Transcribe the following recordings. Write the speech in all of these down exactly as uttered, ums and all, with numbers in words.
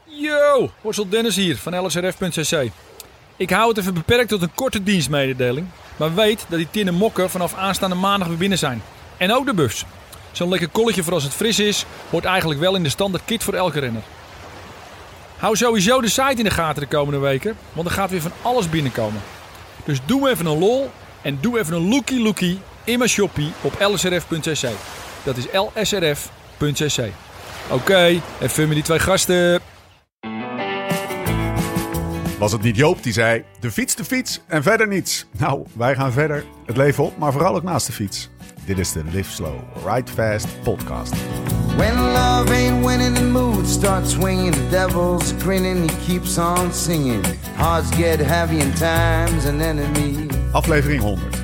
Yo, Horsel Dennis hier van L S R F punt c c. Ik hou het even beperkt tot een korte dienstmededeling. Maar weet dat die tinnen mokken vanaf aanstaande maandag weer binnen zijn. En ook de bus. Zo'n lekker kolletje voor als het fris is, hoort eigenlijk wel in de standaard kit voor elke renner. Hou sowieso de site in de gaten de komende weken, want er gaat weer van alles binnenkomen. Dus doe even een lol en doe even een lookie lookie in mijn shoppie op L S R F punt c c. Dat is L S R F punt c c. Oké, okay, even met die twee gasten. Was het niet Joop die zei, de fiets, de fiets en verder niets? Nou, wij gaan verder het leven op, maar vooral ook naast de fiets. Dit is de Live Slow, Ride Fast podcast. When love ain't winning, the mood starts swinging. The devil's grinning, he keeps on singing. Hearts get heavy and time's an enemy. Aflevering honderd.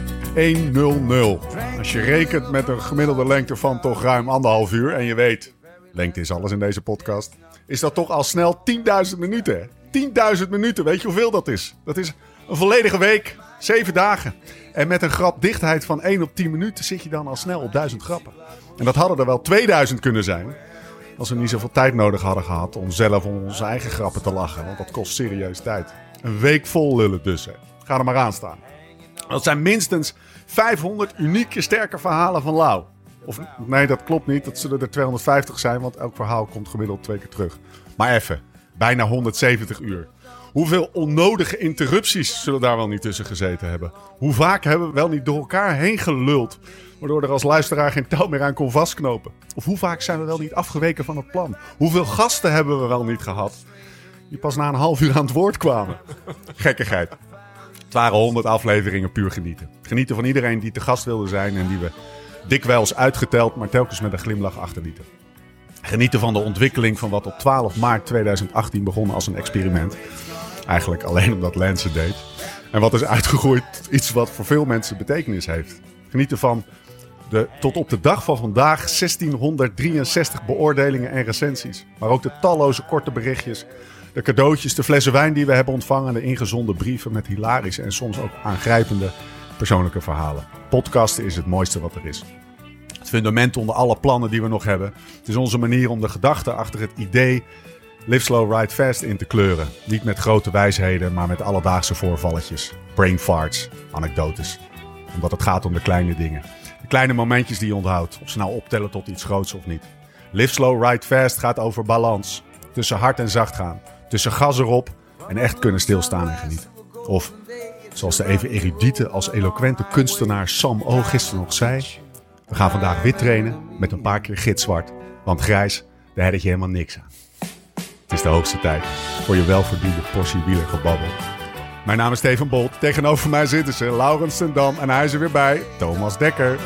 honderd. Als je rekent met een gemiddelde lengte van toch ruim anderhalf uur en je weet, lengte is alles in deze podcast, is dat toch al snel tienduizend minuten, hè? tienduizend minuten, weet je hoeveel dat is? Dat is een volledige week, zeven dagen. En met een grapdichtheid van één op tien minuten zit je dan al snel op duizend grappen. En dat hadden er wel tweeduizend kunnen zijn, als we niet zoveel tijd nodig hadden gehad om zelf om onze eigen grappen te lachen. Want dat kost serieus tijd. Een week vol lullen dus, hè. Ga er maar aan staan. Dat zijn minstens vijfhonderd unieke sterke verhalen van Lau. Of nee, dat klopt niet. Dat zullen er tweehonderdvijftig zijn, want elk verhaal komt gemiddeld twee keer terug. Maar even, bijna honderdzeventig uur. Hoeveel onnodige interrupties zullen daar wel niet tussen gezeten hebben? Hoe vaak hebben we wel niet door elkaar heen geluld, waardoor er als luisteraar geen touw meer aan kon vastknopen? Of hoe vaak zijn we wel niet afgeweken van het plan? Hoeveel gasten hebben we wel niet gehad die pas na een half uur aan het woord kwamen? Gekkigheid. Het waren honderd afleveringen puur genieten. Genieten van iedereen die te gast wilde zijn en die we dikwijls uitgeteld, maar telkens met een glimlach achterlieten. Genieten van de ontwikkeling van wat op twaalf maart tweeduizend achttien begon als een experiment. Eigenlijk alleen omdat Lance het deed. En wat is uitgegroeid tot iets wat voor veel mensen betekenis heeft. Genieten van de tot op de dag van vandaag zestienhonderddrieënzestig beoordelingen en recensies. Maar ook de talloze korte berichtjes, de cadeautjes, de flessen wijn die we hebben ontvangen, de ingezonden brieven met hilarische en soms ook aangrijpende persoonlijke verhalen. Podcasten is het mooiste wat er is. Het fundament onder alle plannen die we nog hebben. Het is onze manier om de gedachten achter het idee Live Slow, Ride Fast in te kleuren. Niet met grote wijsheden, maar met alledaagse voorvalletjes. Brain farts, anekdotes. Omdat het gaat om de kleine dingen. De kleine momentjes die je onthoudt. Of ze nou optellen tot iets groots of niet. Live Slow, Ride Fast gaat over balans. Tussen hard en zacht gaan. Tussen gas erop en echt kunnen stilstaan en genieten. Of, zoals de even erudite als eloquente kunstenaar Sam O. gisteren nog zei, we gaan vandaag wit trainen met een paar keer gitzwart. Want grijs, daar heb je helemaal niks aan. Het is de hoogste tijd voor je welverdiende portie wielergebabbel. Mijn naam is Steven Bolt. Tegenover mij zitten ze Laurens ten Dam en hij is er weer bij, Thomas Dekker.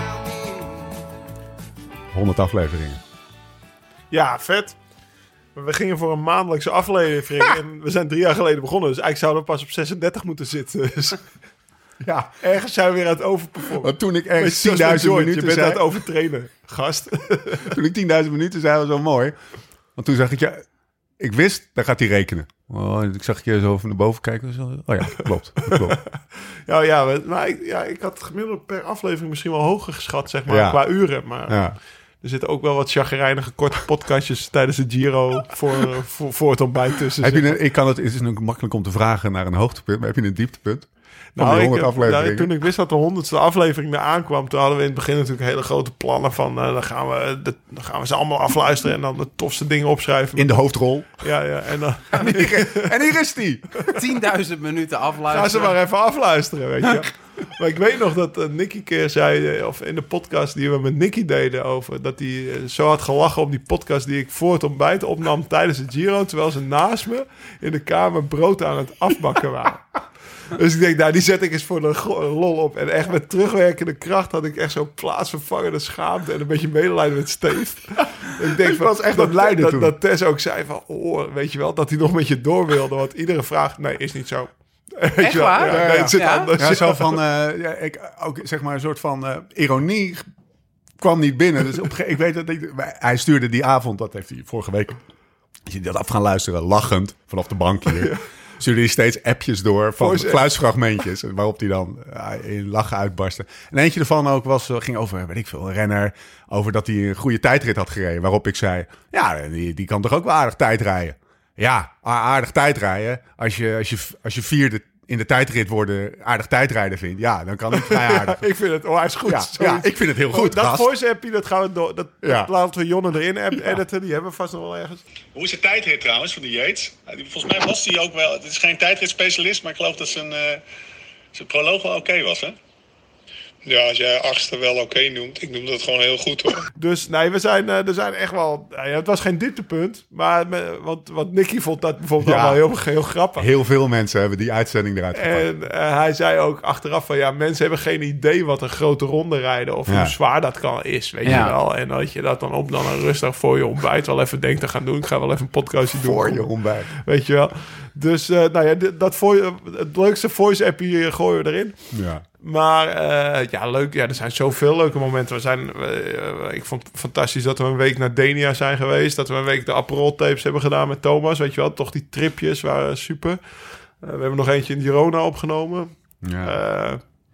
honderd afleveringen. Ja, vet. Maar we gingen voor een maandelijkse aflevering ha! En we zijn drie jaar geleden begonnen. Dus eigenlijk zouden we pas op zesendertig moeten zitten. Dus ja, ergens zijn we weer aan het overperformen. Want toen ik ergens tienduizend minuten je bent zei, aan het overtrainen, gast. Toen ik tienduizend minuten zei, was wel mooi. Want toen zag ik, ja, ik wist, dan gaat hij rekenen. Oh, ik zag je zo over naar boven kijken. Zo, oh ja, klopt. klopt. ja, ja, maar ik, ja, ik had gemiddeld per aflevering misschien wel hoger geschat, zeg maar, ja. qua uren. Maar ja. Er zitten ook wel wat chagrijnige korte podcastjes tijdens de Giro voor, voor, voor het ontbijt tussen. Heb je een, ik kan het, het is natuurlijk makkelijk om te vragen naar een hoogtepunt, maar heb je een dieptepunt? Nou, ik, nou, toen ik wist dat de honderdste aflevering eraan kwam, toen hadden we in het begin natuurlijk hele grote plannen van, uh, dan, gaan we de, dan gaan we ze allemaal afluisteren en dan de tofste dingen opschrijven. In de hoofdrol. Ja, ja. En, dan, en, hier, en hier is die. tienduizend minuten afluisteren. Ga ze maar even afluisteren, weet je. Maar ik weet nog dat uh, Nicky keer zei, uh, of in de podcast die we met Nicky deden over, dat hij uh, zo had gelachen op die podcast die ik voor het ontbijt opnam tijdens de Giro, terwijl ze naast me in de kamer brood aan het afbakken waren. Dus ik denk, nou, die zet ik eens voor de lol op. En echt met terugwerkende kracht had ik echt zo'n plaatsvervangende schaamte en een beetje medelijden met Steve. Ik denk, ik was echt dat, dat lijden dat, toen. Dat Tess ook zei van, oh, weet je wel, dat hij nog met je door wilde. Want iedere vraag, nee, is niet zo. Weet echt je wel? waar? Ja, nee, het zit ja. anders. Ja, zo van, uh, ja, ik, ook zeg maar een soort van uh, ironie kwam niet binnen. Dus op, ik weet dat ik, hij stuurde die avond, dat heeft hij vorige week, als je dat af gaan luisteren, lachend vanaf de bank hier. Ja. Stuurde hij steeds appjes door van geluidsfragmentjes, waarop hij dan uh, in lachen uitbarstte. En eentje ervan ook was, ging over, weet ik veel, een renner, over dat hij een goede tijdrit had gereden. Waarop ik zei, ja, die, die kan toch ook wel aardig tijdrijden. ja, aardig tijdrijden. Als je, als je, als je vierde in de tijdrit worden aardig tijdrijden vindt, ja, dan kan het vrij aardig. Ik vind het onwijs goed. Ja, ja, ik vind het heel goed. Dat gast. voice-appie, dat gaan we door. Dat, Ja. dat laten we Jonne erin ed- editen. Die hebben we vast nog wel ergens. Hoe is de tijdrit trouwens van de Yates? Ja, die- Volgens mij was hij ook wel... Het is geen tijdritspecialist, maar ik geloof dat zijn, uh, zijn proloog wel oké was, hè? Ja, als jij achtste wel oké noemt. Ik noem dat gewoon heel goed hoor. Dus nee, we zijn, uh, er zijn echt wel... Nou ja, het was geen dieptepunt. Maar me, want, want Nicky vond dat bijvoorbeeld Ja. allemaal heel, heel grappig. Heel veel mensen hebben die uitzending eruit gepakt. En uh, hij zei ook achteraf van... Ja, mensen hebben geen idee wat een grote ronde rijden... of Ja. hoe zwaar dat kan is, weet Ja. je wel. En dat je dat dan op dan rustig voor je ontbijt wel even denkt te gaan doen. Ik ga wel even een podcastje doen. Voor je ontbijt. Weet je wel. Dus uh, nou ja, dit- dat vo- het leukste voice-appie gooien we erin. Ja. Maar uh, ja, leuk. Ja, er zijn zoveel leuke momenten. We zijn, uh, ik vond het fantastisch dat we een week naar Denia zijn geweest. Dat we een week de Aperol tapes hebben gedaan met Thomas. Weet je wel, toch die tripjes waren super. Uh, we hebben nog eentje in Girona opgenomen. Ja. Uh,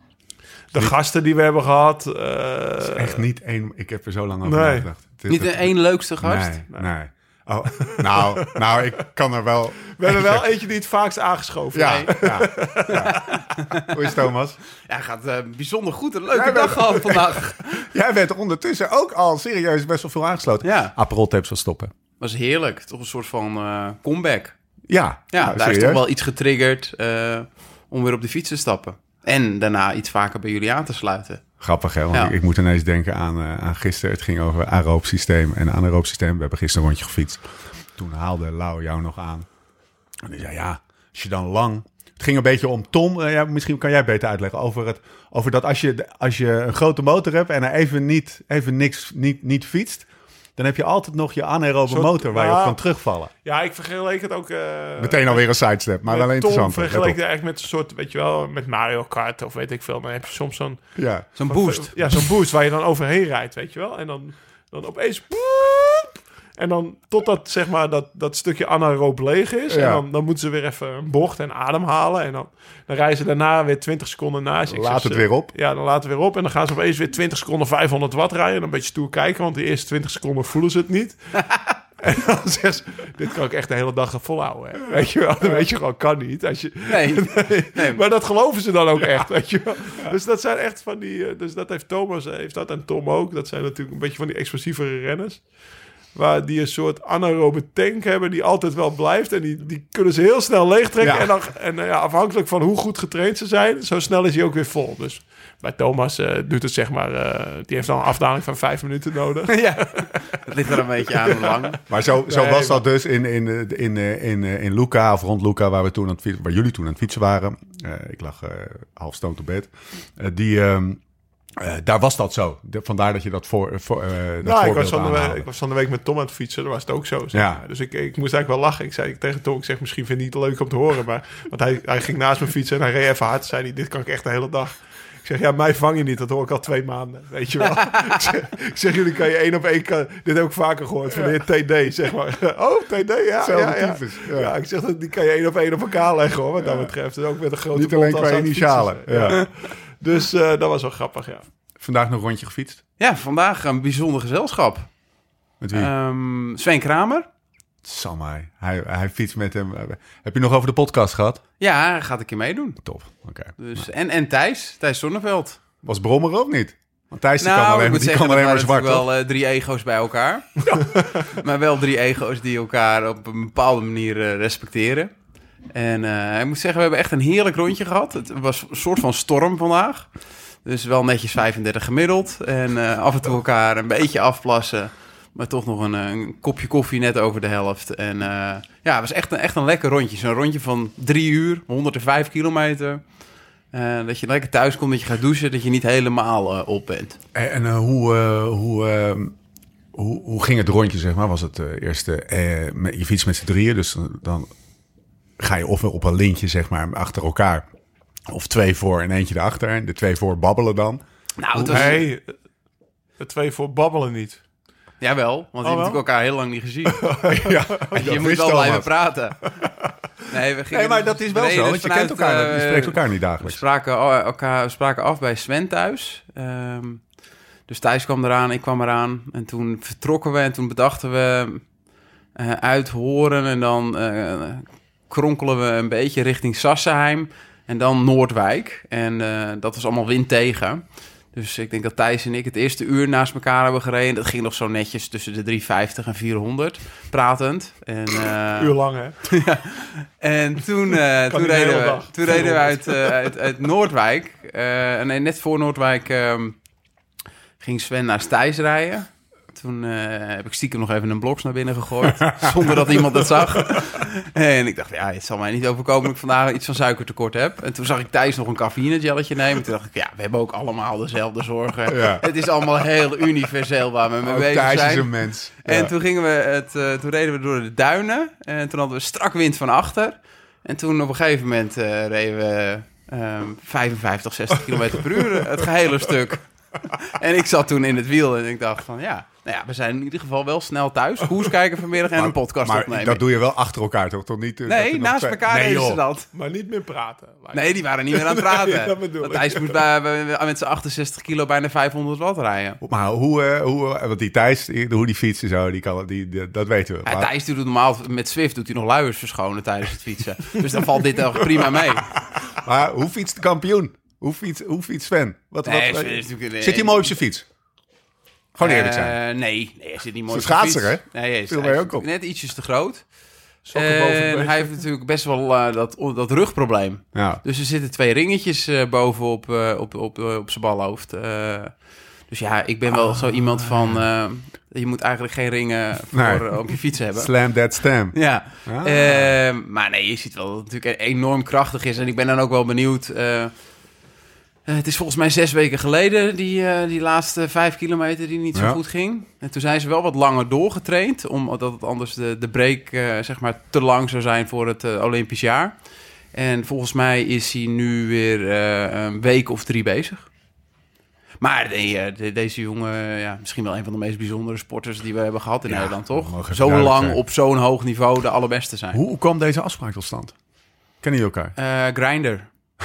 de gasten die we hebben gehad. Uh, Het is echt niet één... Ik heb er zo lang over Nee. nagedacht. Het is- Niet de één leukste gast? Nee, nee. Oh, nou, nou, ik kan er wel... we hebben wel eentje die het vaakst aangeschoven Ja, heeft. ja, ja. Hoe is het, Thomas? Ja, gaat uh, bijzonder goed. Een leuke Jij dag bent- gehad vandaag. Jij bent er ondertussen ook al serieus best wel veel aangesloten. Ja. Aperol tapes wil stoppen. Was heerlijk. Toch een soort van uh, comeback. Ja, Ja, nou, daar is serieus? toch wel iets getriggerd uh, om weer op de fiets te stappen. En daarna iets vaker bij jullie aan te sluiten. Grappig, hè? Want Ja. ik, ik moet ineens denken aan, uh, aan gisteren. Het ging over aeroop systeem en anaeroop systeem. We hebben gisteren een rondje gefietst. Toen haalde Lau jou nog aan. En die zei, ja, als je dan lang... Het ging een beetje om Tom. Uh, ja, misschien kan jij beter uitleggen over, het, over dat als je, als je een grote motor hebt... en er even, niet, even niks niet, niet fietst... dan heb je altijd nog je anaerobe Soort- motor waar je op ja. kan terugvallen. Ja, ik vergeleek het ook... Uh, Meteen alweer een sidestep, maar met wel interessant. Tom vergeleek het eigenlijk met een soort, weet je wel, met Mario Kart of weet ik veel. Dan heb je soms zo'n... Ja. Zo'n boost. Ja, zo'n boost waar je dan overheen rijdt, weet je wel. En dan, dan opeens... En dan totdat zeg maar dat, dat stukje anaeroop leeg is. Ja. En dan, dan moeten ze weer even een bocht en ademhalen. En dan, dan rijden ze daarna weer twintig seconden naast. Ik Laat zeg, het weer op. Ja, dan laten we weer op. En dan gaan ze opeens weer twintig seconden vijfhonderd watt rijden. En dan een beetje stoer kijken, want de eerste twintig seconden voelen ze het niet. En dan zeggen ze, dit kan ik echt de hele dag volhouden. Hè. Weet je wel, dan weet je gewoon, kan niet. Als je, Nee. nee, Nee. Maar dat geloven ze dan ook echt, weet je wel. Dus dat zijn echt van die... uh, Dus dat heeft Thomas, uh, heeft dat en Tom ook. Dat zijn natuurlijk een beetje van die explosievere renners. Waar die een soort anaerobe tank hebben die altijd wel blijft. En die, die kunnen ze heel snel leegtrekken. Ja. En, dan, en uh, ja, afhankelijk van hoe goed getraind ze zijn, zo snel is hij ook weer vol. Dus bij Thomas uh, duurt het zeg maar... Uh, die heeft dan een afdaling van vijf minuten nodig. Ja, dat ligt er een beetje aan hoe lang. Maar zo, zo Nee, was maar- dat dus in, in, in, in, in, in Luca, of rond Luca, waar, we toen aan het fietsen, waar jullie toen aan het fietsen waren. Uh, ik lag uh, half stoned op bed. Uh, die, um, uh, daar was dat zo. De, vandaar dat je dat voor. voor uh, dat Nou, ik was, voorbeeld van de week, aanhaalde. ik was van de week met Tom aan het fietsen. Daar was het ook zo. Zeg Ja. maar. Dus ik, ik moest eigenlijk wel lachen. Ik zei tegen Tom, ik zeg, misschien vind je het niet leuk om te horen. Maar, want hij, hij ging naast me fietsen en hij reed even hard. Zei hij, dit kan ik echt de hele dag. Ik zeg, ja, mij vang je niet. Dat hoor ik al twee maanden. Weet je wel. ik, zeg, ik zeg, jullie kan je één op één... Kan, dit heb ik vaker gehoord van de heer T D, zeg maar. Oh, T D, ja. Hetzelfde ja, ja. types, Ja. ja. ik zeg, die kan je één op één op elkaar leggen, hoor. Wat dat betreft. En ook met een grote Niet alleen mond als qua aan het initialen. fietsen zijn. Ja. Dus uh, dat was wel grappig, ja. Vandaag nog een rondje gefietst. Ja, vandaag een bijzonder gezelschap. Met wie? Um, Sven Kramer. Sam mij. Hij, hij fietst met hem. Heb je nog over de podcast gehad? Ja, hij gaat een keer meedoen. Top. Oké. Dus, en, en Thijs, Thijs Zonneveld. Was Brommer ook niet? Want Thijs die Nou, kan ik alleen, moet die zeggen, kan alleen er maar waren zwart, natuurlijk toch? wel uh, drie ego's bij elkaar. Maar wel drie ego's die elkaar op een bepaalde manier uh, respecteren. En uh, ik moet zeggen, we hebben echt een heerlijk rondje gehad. Het was een soort van storm vandaag. Dus wel netjes vijfendertig gemiddeld. En uh, af en toe elkaar een beetje afplassen. Maar toch nog een, een kopje koffie net over de helft. En uh, ja, het was echt een, echt een lekker rondje. Zo'n rondje van drie uur, honderdvijf kilometer. Uh, dat je lekker thuis komt, dat je gaat douchen, dat je niet helemaal uh, op bent. En, en uh, hoe, uh, hoe, uh, hoe, hoe ging het rondje, zeg maar? Was het uh, eerst, uh, met, je fiets met z'n drieën, dus dan, dan ga je ofwel op een lintje, zeg maar, achter elkaar. Of twee voor en eentje erachter. En de twee voor babbelen dan. Nou, het was... Nee, de twee voor babbelen niet. Jawel, want je Oh, hebt natuurlijk elkaar heel lang niet gezien. Ja, je moet wel blijven praten. Nee, we gingen Nee, maar dat is wel we zo, reden want je vanuit, kent elkaar, uh, je spreekt elkaar niet We dagelijks. spraken, elkaar, we spraken af bij Sven thuis. Um, dus Thijs kwam eraan, ik kwam eraan. En toen vertrokken we en toen bedachten we... uh, uit Horen en dan uh, kronkelen we een beetje richting Sassenheim en dan Noordwijk. En uh, dat was allemaal wind tegen. Dus ik denk dat Thijs en ik het eerste uur naast elkaar hebben gereden. Dat ging nog zo netjes tussen de driehonderdvijftig en vierhonderd, pratend. En, uh, uur lang, hè? ja. En toen, uh, toen, reden we, toen reden we uit, uh, uit, uit Noordwijk. Uh, nee, net voor Noordwijk um, ging Sven naar Stijs rijden. Toen uh, heb ik stiekem nog even een bloks naar binnen gegooid. Zonder dat iemand het zag. En ik dacht, ja, het zal mij niet overkomen dat ik vandaag iets van suikertekort heb. En toen zag ik Thijs nog een cafeïnegelletje nemen. Toen dacht ik, ja, we hebben ook allemaal dezelfde zorgen. Ja. Het is allemaal heel universeel waar we mee ook bezig Thijs zijn. Is een mens. Ja. En toen, gingen we het, uh, toen reden we door de duinen. En toen hadden we strak wind van achter. En toen op een gegeven moment uh, reden we um, vijfenvijftig, zestig kilometer per uur het gehele stuk. En ik zat toen in het wiel en ik dacht van ja, nou ja, we zijn in ieder geval wel snel thuis. Koers kijken vanmiddag en maar, een podcast maar opnemen. dat doe je wel achter elkaar, toch? toch niet, nee, naast twee... elkaar nee, deden ze dat. Maar niet meer praten. Nee, die waren niet meer aan het praten. Nee, dat bedoel Want Thijs moest bij, bij, met zijn achtenzestig kilo bijna vijfhonderd watt rijden. Maar hoe, uh, hoe want die Thijs, hoe die fietsen zo, die kan, die, die, dat weten we. Ja, maar... Thijs doet normaal met Zwift doet hij nog luiers verschonen tijdens het fietsen. Dus dan valt dit ook prima mee. Maar hoe fietst de kampioen? Hoe fietst, hoe fietst Sven? Wat, nee, wat, Sven is natuurlijk, zit hij mooi op zijn fiets? Gewoon eerlijk zijn. Uh, nee, nee, hij zit niet mooi op zijn fiets. Schaatser, hè? Nee, hij is, hij is ook op. Net ietsjes te groot. En hij heeft natuurlijk best wel uh, dat, dat rugprobleem. Ja. Dus er zitten twee ringetjes uh, bovenop uh, op, op, uh, op zijn balhoofd. Uh, dus ja, ik ben wel oh, zo iemand van... Uh, je moet eigenlijk geen ringen voor, nee. uh, op je fiets hebben. Slam that stem. Ja. Ah. Uh, maar nee, je ziet wel dat het natuurlijk enorm krachtig is. En ik ben dan ook wel benieuwd... Uh, Uh, het is volgens mij zes weken geleden, die, uh, die laatste vijf kilometer die niet zo ja. goed ging. En toen zijn ze wel wat langer doorgetraind, omdat het anders de, de break uh, zeg maar te lang zou zijn voor het uh, Olympisch jaar. En volgens mij is hij nu weer uh, een week of drie bezig. Maar de, de, deze jongen, ja, misschien wel een van de meest bijzondere sporters die we hebben gehad in ja, Nederland, toch? Zo lang zijn. Op zo'n hoog niveau de allerbeste zijn. Hoe, hoe kwam deze afspraak tot stand? Kennen jullie elkaar? Uh, Grindr.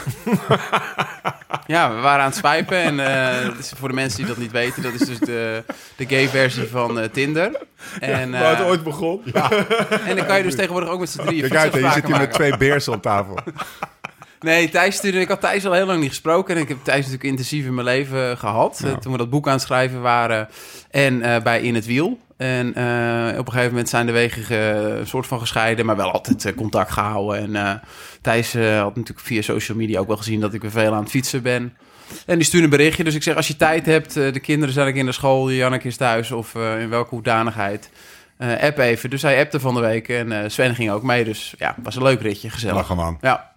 Ja, we waren aan het swipen en uh, dus voor de mensen die dat niet weten, dat is dus de, de gay versie van uh, Tinder. En, ja, waar het uh, ooit begon. Ja. En dan kan je dus tegenwoordig ook met z'n drieën Kijk uit, je zit hier met twee beersen op tafel. Nee, Thijs stuurde, ik had Thijs al heel lang niet gesproken en ik heb Thijs natuurlijk intensief in mijn leven gehad. Ja. Toen we dat boek aan het schrijven waren en uh, bij In het Wiel. En uh, op een gegeven moment zijn de wegen ge, een soort van gescheiden, maar wel altijd uh, contact gehouden. En uh, Thijs uh, had natuurlijk via social media ook wel gezien dat ik weer veel aan het fietsen ben. En die stuurde een berichtje. Dus ik zeg, als je tijd hebt, uh, de kinderen zijn ik in de school, Janneke is thuis of uh, in welke hoedanigheid. Uh, app even. Dus hij appte van de week en uh, Sven ging ook mee. Dus ja, het was een leuk ritje, gezellig. Lachen man. Ja.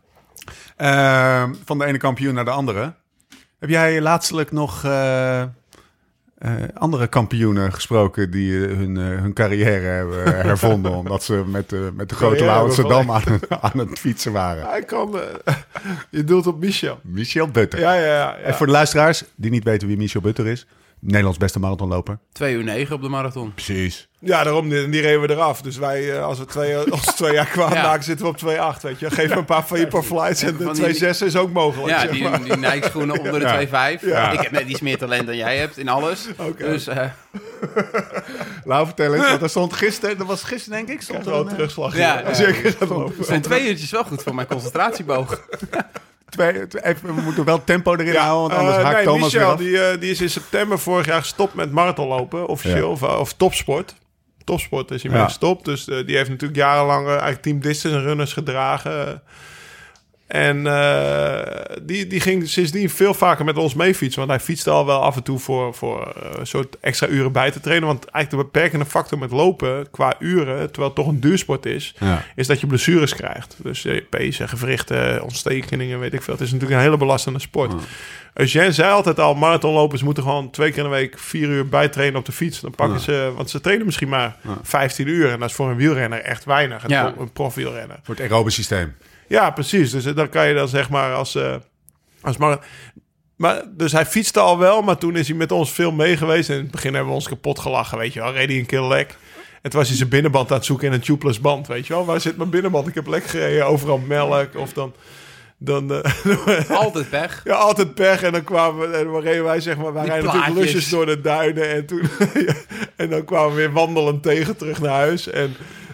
Uh, van de ene kampioen naar de andere. Heb jij laatstelijk nog... Uh... Uh, andere kampioenen gesproken die uh, hun, uh, hun carrière hebben hervonden... omdat ze met, uh, met de grote ja, Amsterdam aan, aan het fietsen waren. Hij kan... Uh, je doelt op Michel. Michel Butter. Ja, ja, ja, ja. En voor de luisteraars die niet weten wie Michel Butter is... Nederlands beste marathonloper. twee uur negen op de marathon. Precies. Ja, daarom, die, die reden we eraf. Dus wij, als we twee, als we twee jaar kwaad ja. maken, zitten we op twee acht, weet je. Geef me een paar van je flights en de twee zes is ook mogelijk. Ja, zeg die, maar. die Nike-schoenen onder de ja. twee vijf. Ja. Ik heb net iets meer talent dan jij hebt in alles. Okay. Dus... Uh... Laat vertellen, want er stond gisteren, dat was gisteren denk ik, stond er wel een terugslag. Ja, ja, zeker. Het zijn twee uurtjes wel goed voor mijn concentratieboog. Twee, twee, even, we moeten wel tempo erin ja, houden, want anders uh, haakt nee, Thomas Michel, weer die, uh, die is in september vorig jaar gestopt met marathonlopen, officieel, ja. of, uh, of topsport. Topsport is hij mee ja. gestopt, dus uh, die heeft natuurlijk jarenlang uh, eigenlijk Team Distance runners gedragen. En uh, die, die ging sindsdien veel vaker met ons mee fietsen. Want hij fietste al wel af en toe voor, voor uh, een soort extra uren bij te trainen. Want eigenlijk de beperkende factor met lopen qua uren, terwijl het toch een duursport is, ja. is dat je blessures krijgt. Dus uh, pezen, gewrichten, ontstekeningen, weet ik veel. Het is natuurlijk een hele belastende sport. Ja. Eugène zei altijd al, marathonlopers moeten gewoon twee keer in de week vier uur bijtrainen op de fiets. Dan pakken ja. ze, want ze trainen misschien maar ja. vijftien uur. En dat is voor een wielrenner echt weinig. Een, ja. een profwielrenner. Voor het aerobe systeem. Ja, precies. Dus dan kan je dan zeg maar als... Uh, als mar- maar, dus hij fietste al wel, maar toen is hij met ons veel mee geweest. En in het begin hebben we ons kapot gelachen, weet je wel. Reed hij een keer lek. En toen was hij zijn binnenband aan het zoeken in een tubeless band, weet je wel. Waar zit mijn binnenband? Ik heb lek gereden, overal melk of dan... Dan, uh, altijd pech. Ja, altijd pech. En dan kwamen we, en dan reden wij, zeg maar, wij rijden natuurlijk lusjes door de duinen. En, toen, en dan kwamen we weer wandelend tegen terug naar huis. En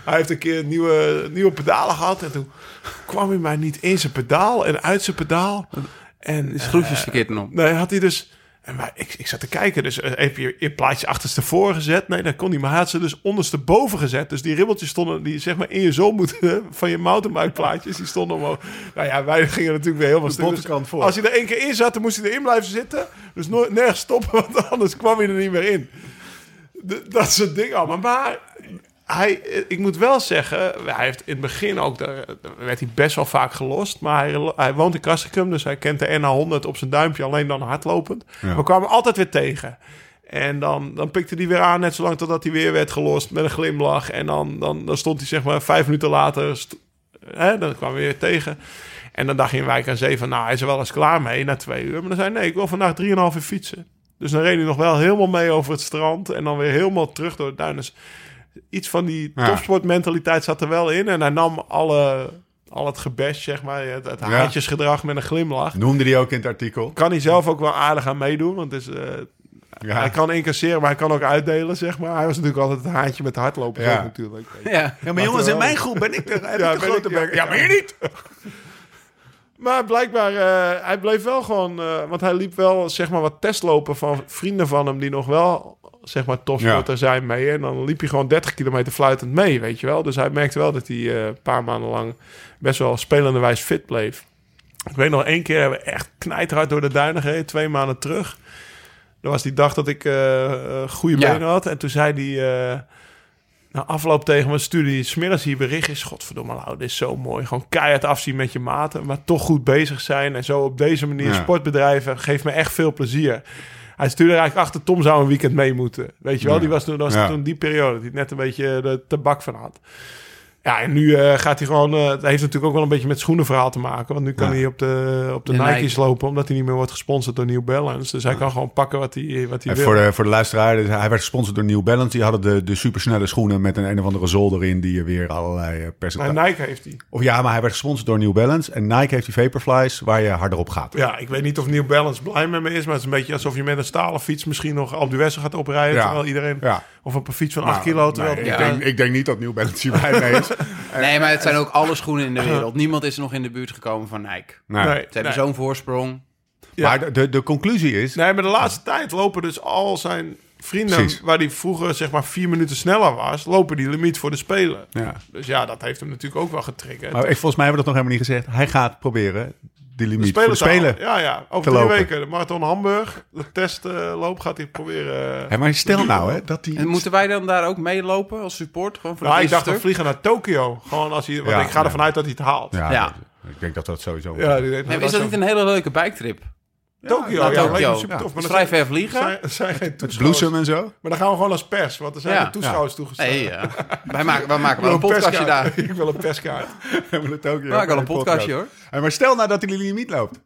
Hij heeft een keer nieuwe, nieuwe pedalen gehad. En toen kwam hij maar niet in zijn pedaal en uit zijn pedaal. En De schroefjes uh, verkeerd erom. Nee, had hij dus... En maar ik, ik zat te kijken, dus uh, heb je je plaatje achterstevoren gezet? Nee, dat kon niet. Maar hij had ze dus ondersteboven gezet. Dus die ribbeltjes stonden, die zeg maar in je zool moeten van je mountainbike-plaatjes, die stonden omhoog. Nou ja, wij gingen natuurlijk weer helemaal stuk. Dus bottenkant voor. als hij er één keer in zat, dan moest hij erin blijven zitten. Dus nooit, nergens stoppen, want anders kwam hij er niet meer in. De, dat soort dingen allemaal. Maar hij, ik moet wel zeggen, hij heeft in het begin ook, daar werd hij best wel vaak gelost. Maar hij, hij woont in Castricum, dus hij kent de N H honderd op zijn duimpje, alleen dan hardlopend. Ja. We kwamen altijd weer tegen. En dan, dan pikte hij weer aan, net zolang totdat hij weer werd gelost met een glimlach. En dan, dan, dan stond hij zeg maar vijf minuten later, st- hè, dan kwamen we weer tegen. En dan dacht je in Wijk aan Zee van, nou, hij is er wel eens klaar mee na twee uur. Maar dan zei hij, nee, ik wil vandaag drieënhalf uur fietsen. Dus dan reed hij nog wel helemaal mee over het strand en dan weer helemaal terug door het duin. Dus iets van die Ja. topsportmentaliteit zat er wel in. En hij nam alle, al het gebest, zeg maar, het, het Ja. haantjesgedrag met een glimlach. Noemde hij ook in het artikel. Kan hij zelf ook wel aardig aan meedoen, want het is... Uh, Ja. Hij kan incasseren, maar hij kan ook uitdelen, zeg maar. Hij was natuurlijk altijd het haantje met hardlopen. Ja. Ook, natuurlijk. Ja. Ja, maar jongens, in mijn groep ben ik de, heb Ja, ik de ben grote ik- ja, bek. Ja, ja. maar hier niet. Maar blijkbaar, uh, hij bleef wel gewoon... Uh, want hij liep wel, zeg maar, wat testlopen van vrienden van hem... die nog wel, zeg maar, topsporter Ja. zijn mee. En dan liep hij gewoon dertig kilometer fluitend mee, weet je wel. Dus hij merkte wel dat hij uh, een paar maanden lang... best wel spelenderwijs fit bleef. Ik weet nog één keer hebben we echt knijterhard door de duinen gereden. Twee maanden terug. Dat was die dag dat ik uh, uh, goede Ja. benen had. En toen zei hij... Uh, na afloop tegen mijn studie... 's middags hier bericht is... Godverdomme, nou, dit is zo mooi. Gewoon keihard afzien met je maten... maar toch goed bezig zijn. En zo op deze manier Ja. sport bedrijven... geeft me echt veel plezier. Hij stuurde er eigenlijk achter... Tom zou een weekend mee moeten. Weet je wel? Ja. Die was toen, dat was Ja. toen die periode... dat hij net een beetje de tabak van had. Ja, en nu uh, gaat hij gewoon... Uh, het heeft natuurlijk ook wel een beetje met het schoenenverhaal te maken. Want nu kan Ja. hij op de, op de, De Nike's Nike. lopen... omdat hij niet meer wordt gesponsord door New Balance. Dus hij kan gewoon pakken wat hij, wat hij En wil. voor de, voor de luisteraar, dus hij werd gesponsord door New Balance. Die hadden de, de supersnelle schoenen met een een of andere zool erin... die je weer allerlei uh, percentages... Maar Nike heeft hij. Of ja, maar hij werd gesponsord door New Balance. En Nike heeft die Vaporflies waar je harder op gaat. Ja, ik weet niet of New Balance blij met me is... maar het is een beetje alsof je met een stalen fiets... misschien nog Alpe d'Huez gaat oprijden... Ja. terwijl iedereen... Ja. of op een fiets van Nou, acht kilo... terwijl nee, Ja. ik, denk, ik denk niet dat New Balance hier blij mee is. Nee, maar het zijn ook alle schoenen in de wereld. Niemand is nog in de buurt gekomen van Nike. Nee. Nee, Ze hebben nee. zo'n voorsprong. Ja. Maar de, de, de conclusie is... Nee, maar de laatste tijd lopen dus al zijn vrienden... Precies. waar die vroeger zeg maar vier minuten sneller was... lopen die limiet voor de Spelen. Ja. Dus ja, dat heeft hem natuurlijk ook wel getriggerd. Maar ik, volgens mij hebben we dat nog helemaal niet gezegd. Hij gaat proberen die de limiet voor de spelen. Spelen. Ja, ja. Over te drie lopen. weken. De Marathon Hamburg. De testloop gaat hij proberen... uh, Hé, maar stel nou hè, dat die... En moeten wij dan daar ook meelopen als support? Gewoon voor nou, het ik dacht eerste we stuk? vliegen naar Tokio. Gewoon als hij... Want Ja, ik ga ja. ervan uit dat hij het haalt. Ja, Ja. dat- ik denk dat dat sowieso... Ja, die denkt, Nee, nou, is dat niet een hele leuke biketrip? Tokio, naar ja, Tokio. lijkt me super Ja. tof. Maar Dus dan vrij zijn, ver vliegen? zijn, zijn geen Met toeschouwers. bloesem en zo. Maar dan gaan we gewoon als pers, want er zijn Ja. geen toeschouwers toegestaan. Nee, ja. wij, maken, wij maken Ik wel wil een podcastje daar. perskaart. Ik wil een perskaart. We We maken wel een podcastje hoor. Hey, maar stel nou dat die limiet loopt.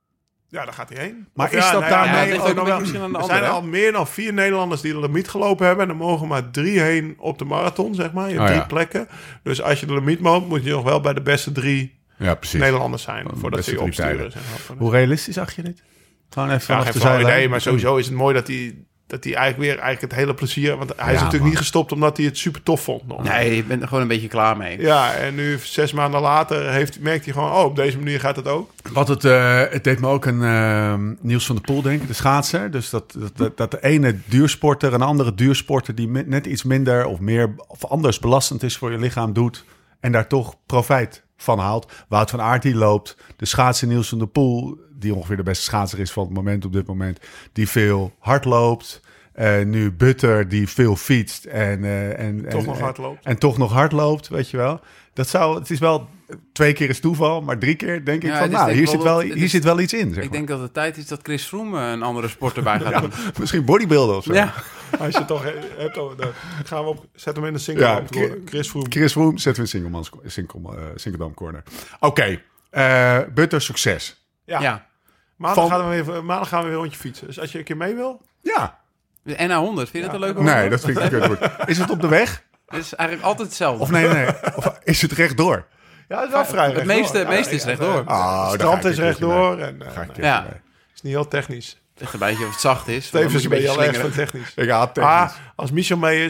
Ja, daar gaat hij heen. Maar Of is ja, dat nou daarmee ja, Ja, nee, dat ook ligt ook nog een wel- beetje misschien aan de er andere. zijn al meer dan vier Nederlanders die de limiet gelopen hebben. En er mogen maar drie heen op de marathon, zeg maar. Je hebt Oh, drie ja. plekken. Dus als je de limiet loopt, moet je nog wel bij de beste drie Ja, precies. Nederlanders zijn. de Voordat beste ze je drie opsturen. tijden. Zeg maar. Hoe realistisch acht je dit? Gewoon even Ja, vanaf geen de flauw zijlijn. idee, maar sowieso is het mooi dat hij, dat hij eigenlijk weer eigenlijk het hele plezier... Want hij is natuurlijk man. niet gestopt omdat hij het super tof vond nog. Nee, je bent er gewoon een beetje klaar mee. Ja, en nu zes maanden later heeft, merkt hij gewoon... oh, op deze manier gaat het ook. Wat het, eh, het deed me ook een uh, Niels van der Poel denken, de schaatser. Dus dat, dat, dat, dat de ene duursporter een andere duursporter... die me- net iets minder of meer of anders belastend is voor je lichaam doet... en daar toch profijt van haalt. Wout van Aert die loopt. De schaatser Niels van der Poel, die ongeveer de beste schaatser is van het moment op dit moment... die veel hard loopt... Uh, nu Butter die veel fietst en, uh, en, Toch en, nog en- hard loopt. En toch nog hard loopt, weet je wel. Dat zou, het is wel twee keer is toeval, maar drie keer denk ik Ja, van... het is nou, denk hier, ik zit wel wel, dat- het hier is- zit wel iets in, zeg Ik maar. denk dat het tijd is dat Chris Froome een andere sport erbij gaat doen. Misschien bodybuilden of zo. Ja, Als je het toch he- hebt over... Dan gaan we op... Zet hem in de single. Ja, Ja, Chris Froome. Chris Froome zetten we in Singelmans, single, uh, Singeldam Corner. Oké, okay. uh, Butter, succes. Ja. ja. Maandag, Van- gaan we weer, maandag gaan we weer een rondje fietsen. Dus als je een keer mee wil... Ja. De N H honderd, vind je dat een leuke Nee, honderd? dat vind ik een kutwoord. Is het op de weg? Het is eigenlijk altijd hetzelfde. Of nee, nee. Of is het rechtdoor? Ja, het is wel vrij het rechtdoor. meeste, het Ja, meeste ja, is ja, rechtdoor. Het Oh, daar strand ga ik is een keertje rechtdoor. mee. En, uh, Ga ik een nee, keertje Ja. mee. is niet heel technisch. Het ligt een beetje of het zacht is. Steven Dan is een moet je beetje allergisch slingeren. van technisch. Ik haat technisch. Ah, als Michel mee is,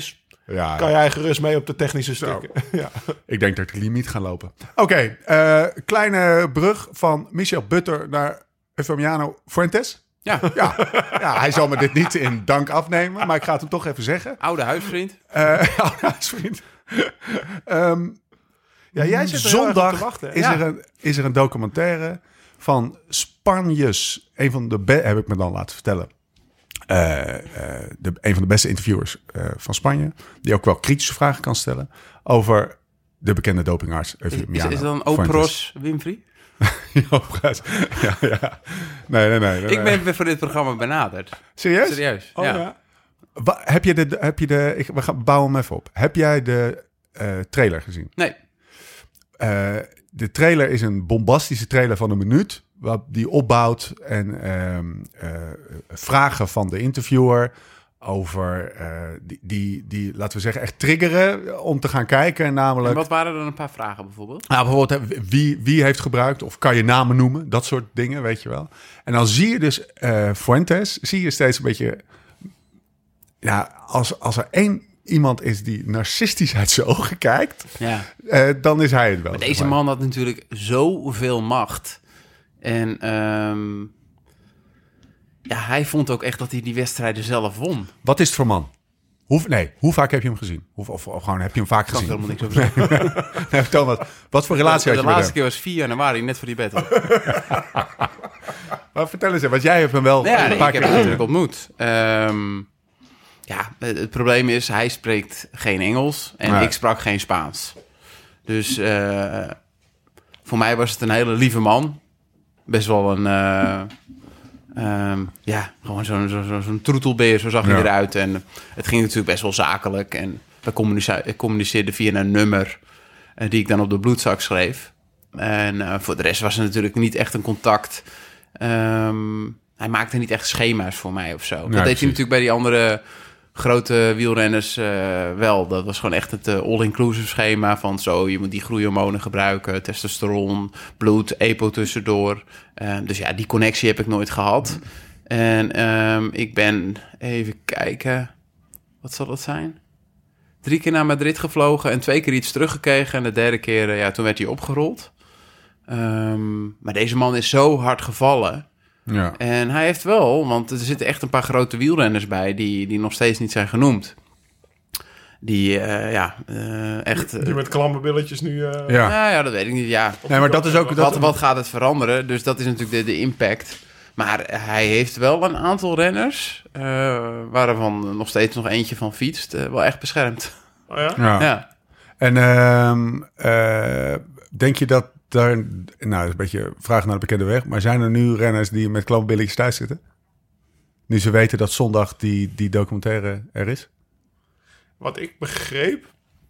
Ja, kan jij gerust mee op de technische stukken. ja. Ik denk dat ik de limiet ga lopen. Oké, okay, uh, kleine brug van Michel Butter naar Eufemiano Fuentes. Ja. Ja, ja, hij zal me dit niet in dank afnemen, maar ik ga het hem toch even zeggen. Oude huisvriend. Uh, oude huisvriend. um, ja, jij zit er heel erg op zondag te wachten. Hè? Is, Ja. er een, is er een documentaire van Spanjes. Een van de be- heb ik me dan laten vertellen. Uh, uh, de, een van de beste interviewers uh, van Spanje. Die ook wel kritische vragen kan stellen over de bekende dopingarts. Is, is, is dat dan Opros Winfrey? ja, ja. Nee, nee, nee. nee ik ben voor dit programma benaderd. Serieus? Serieus, oh, ja. ja. Wa- heb je de, heb je de ik, we gaan bouwen hem even op. Heb jij de uh, trailer gezien? Nee. Uh, de trailer is een bombastische trailer van een minuut. Wat die opbouwt en um, uh, vragen van de interviewer over uh, die, die, die, laten we zeggen, echt triggeren om te gaan kijken. Namelijk, en wat waren dan een paar vragen bijvoorbeeld? Nou, bijvoorbeeld wie, wie heeft gebruikt of kan je namen noemen? Dat soort dingen, weet je wel. En dan zie je dus uh, Fuentes, zie je steeds een beetje... Ja, als, als er één iemand is die narcistisch uit zijn ogen kijkt, ja. uh, dan is hij het wel. Maar deze man had natuurlijk zoveel macht. En um, ja, hij vond ook echt dat hij die wedstrijden zelf won. Wat is het voor man? Hoe, nee, hoe vaak heb je hem gezien? Of, of, of gewoon heb je hem vaak ik gezien? Ik kan er helemaal niks over zeggen. nee, vertel wat. Wat voor relatie de, had je de met laatste keer was vier januari, net voor die battle. Maar vertel eens, want jij hebt hem wel ja, een nee, paar ik keer heb hem natuurlijk ontmoet. Um, ja, het, het probleem is, hij spreekt geen Engels en nee. ik sprak geen Spaans. Dus uh, voor mij was het een hele lieve man. Best wel een... Uh, um, ja, gewoon zo'n zo, zo, zo'n troetelbeer, zo zag hij ja. eruit. En het ging natuurlijk best wel zakelijk. En we communice- communiceerden via een nummer uh, die ik dan op de bloedzak schreef. En uh, voor de rest was er natuurlijk niet echt een contact. Um, hij maakte niet echt schema's voor mij of zo. Ja, dat deed precies. hij natuurlijk bij die andere grote wielrenners uh, wel. Dat was gewoon echt het uh, all-inclusive schema van zo, je moet die groeihormonen gebruiken, testosteron, bloed, E P O tussendoor. Uh, dus ja, die connectie heb ik nooit gehad. En um, ik ben, even kijken, wat zal dat zijn? Drie keer naar Madrid gevlogen en twee keer iets teruggekregen. En de derde keer, uh, ja, toen werd hij opgerold. Um, maar deze man is zo hard gevallen. Ja. En hij heeft wel, want er zitten echt een paar grote wielrenners bij die, die nog steeds niet zijn genoemd. Die, uh, ja, uh, echt... Uh, die met klamme billetjes nu... Uh... Ja. Nou ja, dat weet ik niet, ja. Nee, maar dat is ook... Wat, dat... wat gaat het veranderen? Dus dat is natuurlijk de, de impact. Maar hij heeft wel een aantal renners, uh, waarvan nog steeds nog eentje van fietst, uh, wel echt beschermd. Oh ja? Ja. Ja. En uh, uh, denk je dat daar... Nou, dat is een beetje een vraag naar de bekende weg. Maar zijn er nu renners die met klamme billetjes thuis zitten? Nu ze weten dat zondag die, die documentaire er is? Wat ik begreep...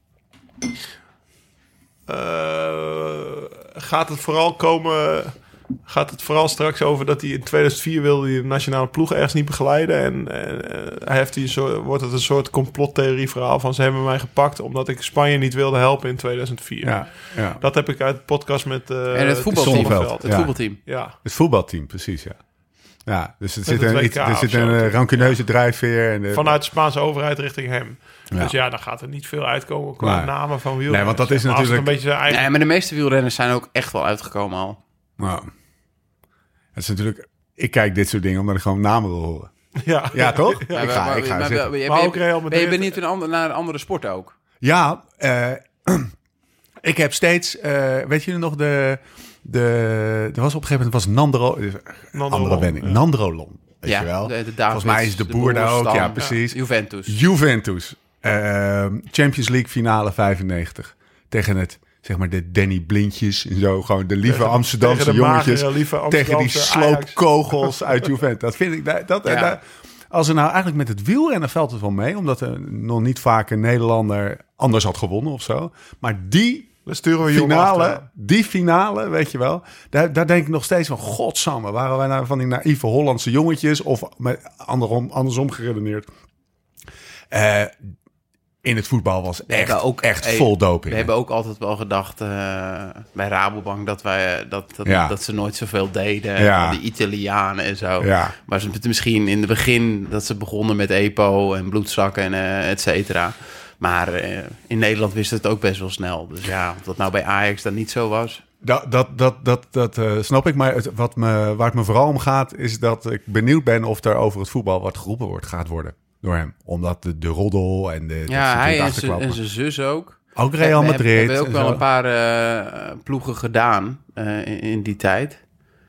Uh, gaat het vooral komen... Gaat het vooral straks over dat hij in tweeduizend vier wilde die de nationale ploeg ergens niet begeleiden. En uh, hij heeft die soort, wordt het een soort complottheorie verhaal van ze hebben mij gepakt omdat ik Spanje niet wilde helpen in tweeduizend vier. Ja, ja. Dat heb ik uit de podcast met uh, en het voetbalteam. Het ja. voetbalteam. Ja. Het voetbalteam, precies, ja. Ja, dus er zit een, iets, er zit een uh, rancuneuze drijfveer. En de, vanuit de Spaanse overheid richting hem. Ja. Dus ja, dan gaat er niet veel uitkomen qua nee. namen van wielrenners. Nee, want dat is maar natuurlijk... Een beetje zijn eigen... Nee, maar de meeste wielrenners zijn ook echt wel uitgekomen al. Nou, het is natuurlijk... Ik kijk dit soort dingen omdat ik gewoon namen wil horen. Ja, ja toch? Ja, ik ga, maar, ik ga maar, maar, ben, maar ook ben, ben je benieuwd naar andere, naar andere sporten ook? Ja, uh, ik heb steeds... Uh, weet je nog de... de er was op een gegeven moment was Nandro... Andere wending. Ja. Nandrolon. Weet ja, je wel? De, de Volgens mij is de, de boer daar ook. Ja, precies. Ja. Juventus. Juventus. Uh, Champions League finale vijfennegentig. Tegen het... Zeg maar de Danny Blintjes en zo. Gewoon de lieve tegen, Amsterdamse tegen de jongetjes. Magere, lieve Amsterdamse tegen die sloopkogels uit Juventus. Dat vind ik... Dat, dat, ja. dat, als er nou eigenlijk met het wielrennen valt het wel mee. Omdat er nog niet vaak een Nederlander anders had gewonnen of zo. Maar die... Dan sturen we finale, die finale, weet je wel. Daar, daar denk ik nog steeds van... Godsamme, waren wij nou van die naïeve Hollandse jongetjes... of met andersom, andersom geredeneerd... Uh, in het voetbal was echt, ook, echt hey, vol doping. We hebben ook altijd wel gedacht uh, bij Rabobank dat, wij, dat, dat, ja. dat ze nooit zoveel deden. Ja. De Italianen en zo. Ja. Maar ze misschien in het begin dat ze begonnen met E P O en bloedzakken en uh, et cetera. Maar uh, in Nederland wist het ook best wel snel. Dus ja, of dat nou bij Ajax dan niet zo was. Dat, dat, dat, dat, dat uh, snap ik. Maar het, wat me, waar het me vooral om gaat, is dat ik benieuwd ben of er over het voetbal wat geroepen wordt, gaat worden door hem. Omdat de, de roddel en de... Ja, hij en zijn zus ook. Ook Real Madrid. We hebben ook wel een paar uh, ploegen gedaan uh, in, in die tijd.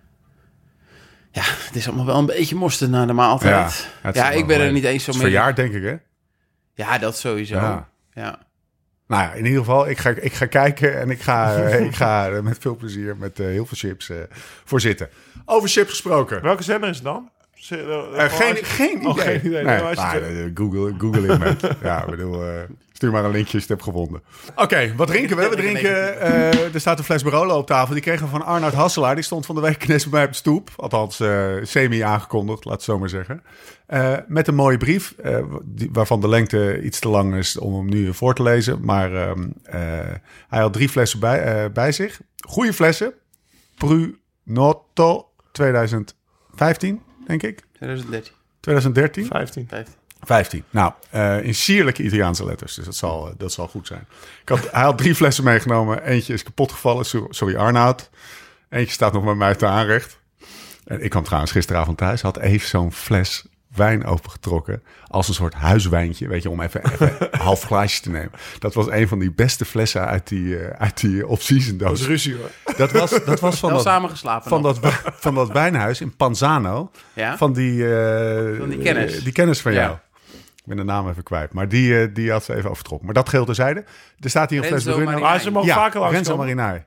Ja, het is allemaal wel een beetje mosterd naar de maaltijd. Ja, ja ik ben er niet eens zo mee. Verjaard, denk ik, hè? Ja, dat sowieso. Ja. ja. Nou ja, in ieder geval, ik ga, ik ga kijken en ik ga, ik ga met veel plezier met uh, heel veel chips uh, voor zitten. Over chips gesproken. Welke zender is het dan? Uh, uh, geen, geen idee. Oh, geen idee. Nee, nee, maar, uh, Google, Google it, mate. Ja, ik bedoel, uh, stuur maar een linkje als je het hebt gevonden. Oké, okay, wat drinken we? We drinken, uh, er staat een fles Barolo op tafel. Die kregen we van Arnoud Hasselaar. Die stond van de week ineens bij mij op de stoep. Althans, uh, semi-aangekondigd, laat het zo maar zeggen. Uh, met een mooie brief, uh, die, waarvan de lengte iets te lang is om hem nu voor te lezen. Maar uh, uh, hij had drie flessen bij, uh, bij zich. Goeie flessen. Prunotto twintig vijftien, denk ik. twintig dertien. twintig dertien? vijftien. vijftien. Nou, uh, in sierlijke Italiaanse letters. Dus dat zal, uh, dat zal goed zijn. Ik had, hij had drie flessen meegenomen. Eentje is kapot gevallen. Sorry, Arnoud. Eentje staat nog bij mij te aanrecht. En ik kwam trouwens gisteravond thuis. Had even zo'n fles wijn opengetrokken. Als een soort huiswijntje. Weet je, om even, even een half glaasje te nemen. Dat was een van die beste flessen uit die, uh, uit die off-season doos. Dat was ruzie, hoor. Dat was, dat was van, dat, samen geslapen van, dat, van dat wijnhuis in Panzano. Ja? Van die, uh, van die kennis. Uh, die kennis van ja. jou. Ik ben de naam even kwijt. Maar die, uh, die had ze even overtrokken. Maar dat geheel terzijde. Er staat hier een fles Bruno. Maar ze mogen ja, vaker langs Renzo Marinai.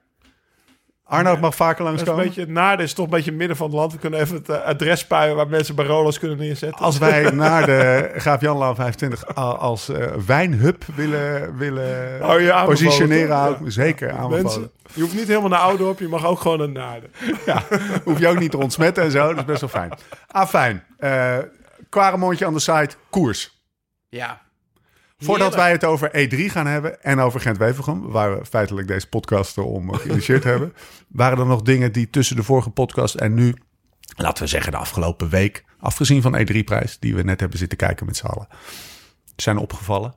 Arnoud mag vaker langskomen. Dat is een beetje, het nadeel is toch een beetje het midden van het land. We kunnen even het uh, adres spuien waar mensen Barolos kunnen neerzetten. Als wij naar de Graaf Janlaan vijfentwintig als uh, wijnhub willen, willen oh, ja, positioneren, ja. Zeker aanbevolen. Mensen, je hoeft niet helemaal naar Oudorp, je mag ook gewoon naar Naarden. Ja, hoef je ook niet te ontsmetten en zo. Dat is best wel fijn. Ah, fijn. Uh, Quaremondje aan de site, koers. Ja. Voordat wij het over E drie gaan hebben en over Gent-Wevelgem, waar we feitelijk deze podcast om geïnitieerd hebben, waren er nog dingen die tussen de vorige podcast en nu, laten we zeggen de afgelopen week, afgezien van E drie-prijs, die we net hebben zitten kijken met z'n allen, zijn opgevallen?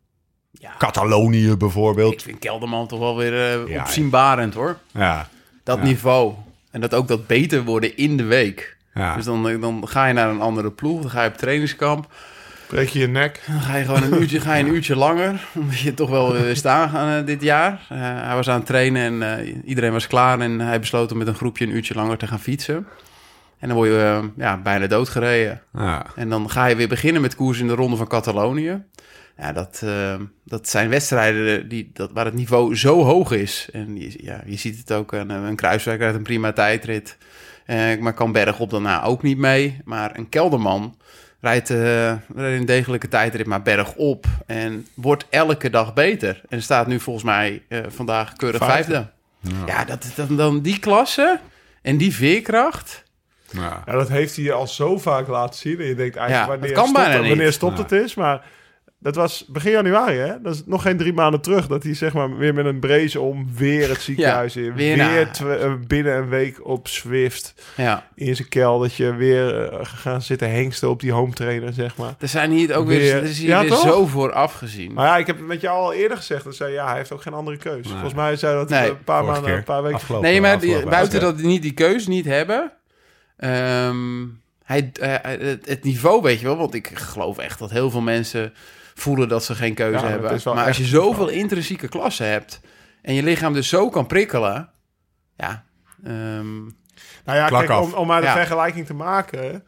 Ja. Catalonië bijvoorbeeld. Ik vind Kelderman toch wel weer uh, ja, opzienbarend, hoor. Ja. Dat ja. niveau. En dat ook dat beter worden in de week. Ja. Dus dan, dan ga je naar een andere ploeg, dan ga je op trainingskamp. Breek je je nek. Dan ga je gewoon een uurtje, ga je een uurtje langer. Omdat je toch wel weer staan uh, dit jaar. Uh, hij was aan het trainen en uh, iedereen was klaar. En hij besloot om met een groepje een uurtje langer te gaan fietsen. En dan word je uh, ja, bijna doodgereden. Ja. En dan ga je weer beginnen met koers in de Ronde van Catalonië. Ja, dat, uh, dat zijn wedstrijden die, dat, waar het niveau zo hoog is. En je, ja, je ziet het ook. Een, een Kruiswijk uit een prima tijdrit. Uh, maar kan bergop daarna ook niet mee. Maar een Kelderman rijdt uh, een degelijke tijdrit maar bergop. En wordt elke dag beter. En staat nu volgens mij uh, vandaag keurig vijfde. vijfde. Ja, ja dat, dat, dan die klasse en die veerkracht. Ja. Ja, dat heeft hij al zo vaak laten zien. En je denkt eigenlijk ja, wanneer, kan stopt, bijna wanneer niet. stopt ja. het is. Maar dat was begin januari, hè? Dat is nog geen drie maanden terug. Dat hij zeg maar weer met een brace om weer het ziekenhuis ja, in. Weer, weer tw- binnen een week op Zwift. Ja. In zijn keldertje. Weer uh, gaan zitten hengsten op die home trainer, zeg maar. Er zijn hier ook weer, weer, er is hier ja, weer zo voor afgezien. Maar ja, ik heb het met jou al eerder gezegd. Dat zei ja, hij heeft ook geen andere keus. Nee. Volgens mij zei dat nee. een paar maanden, keer. een paar weken. Afgelopen, nee, maar die, buiten dat niet die keus niet hebben. Um, hij, uh, het, het niveau, weet je wel. Want ik geloof echt dat heel veel mensen voelen dat ze geen keuze ja, hebben. Maar als je zoveel geval. intrinsieke klassen hebt en je lichaam dus zo kan prikkelen, ja. Um, nou ja, kijk, om, om maar de ja. vergelijking te maken.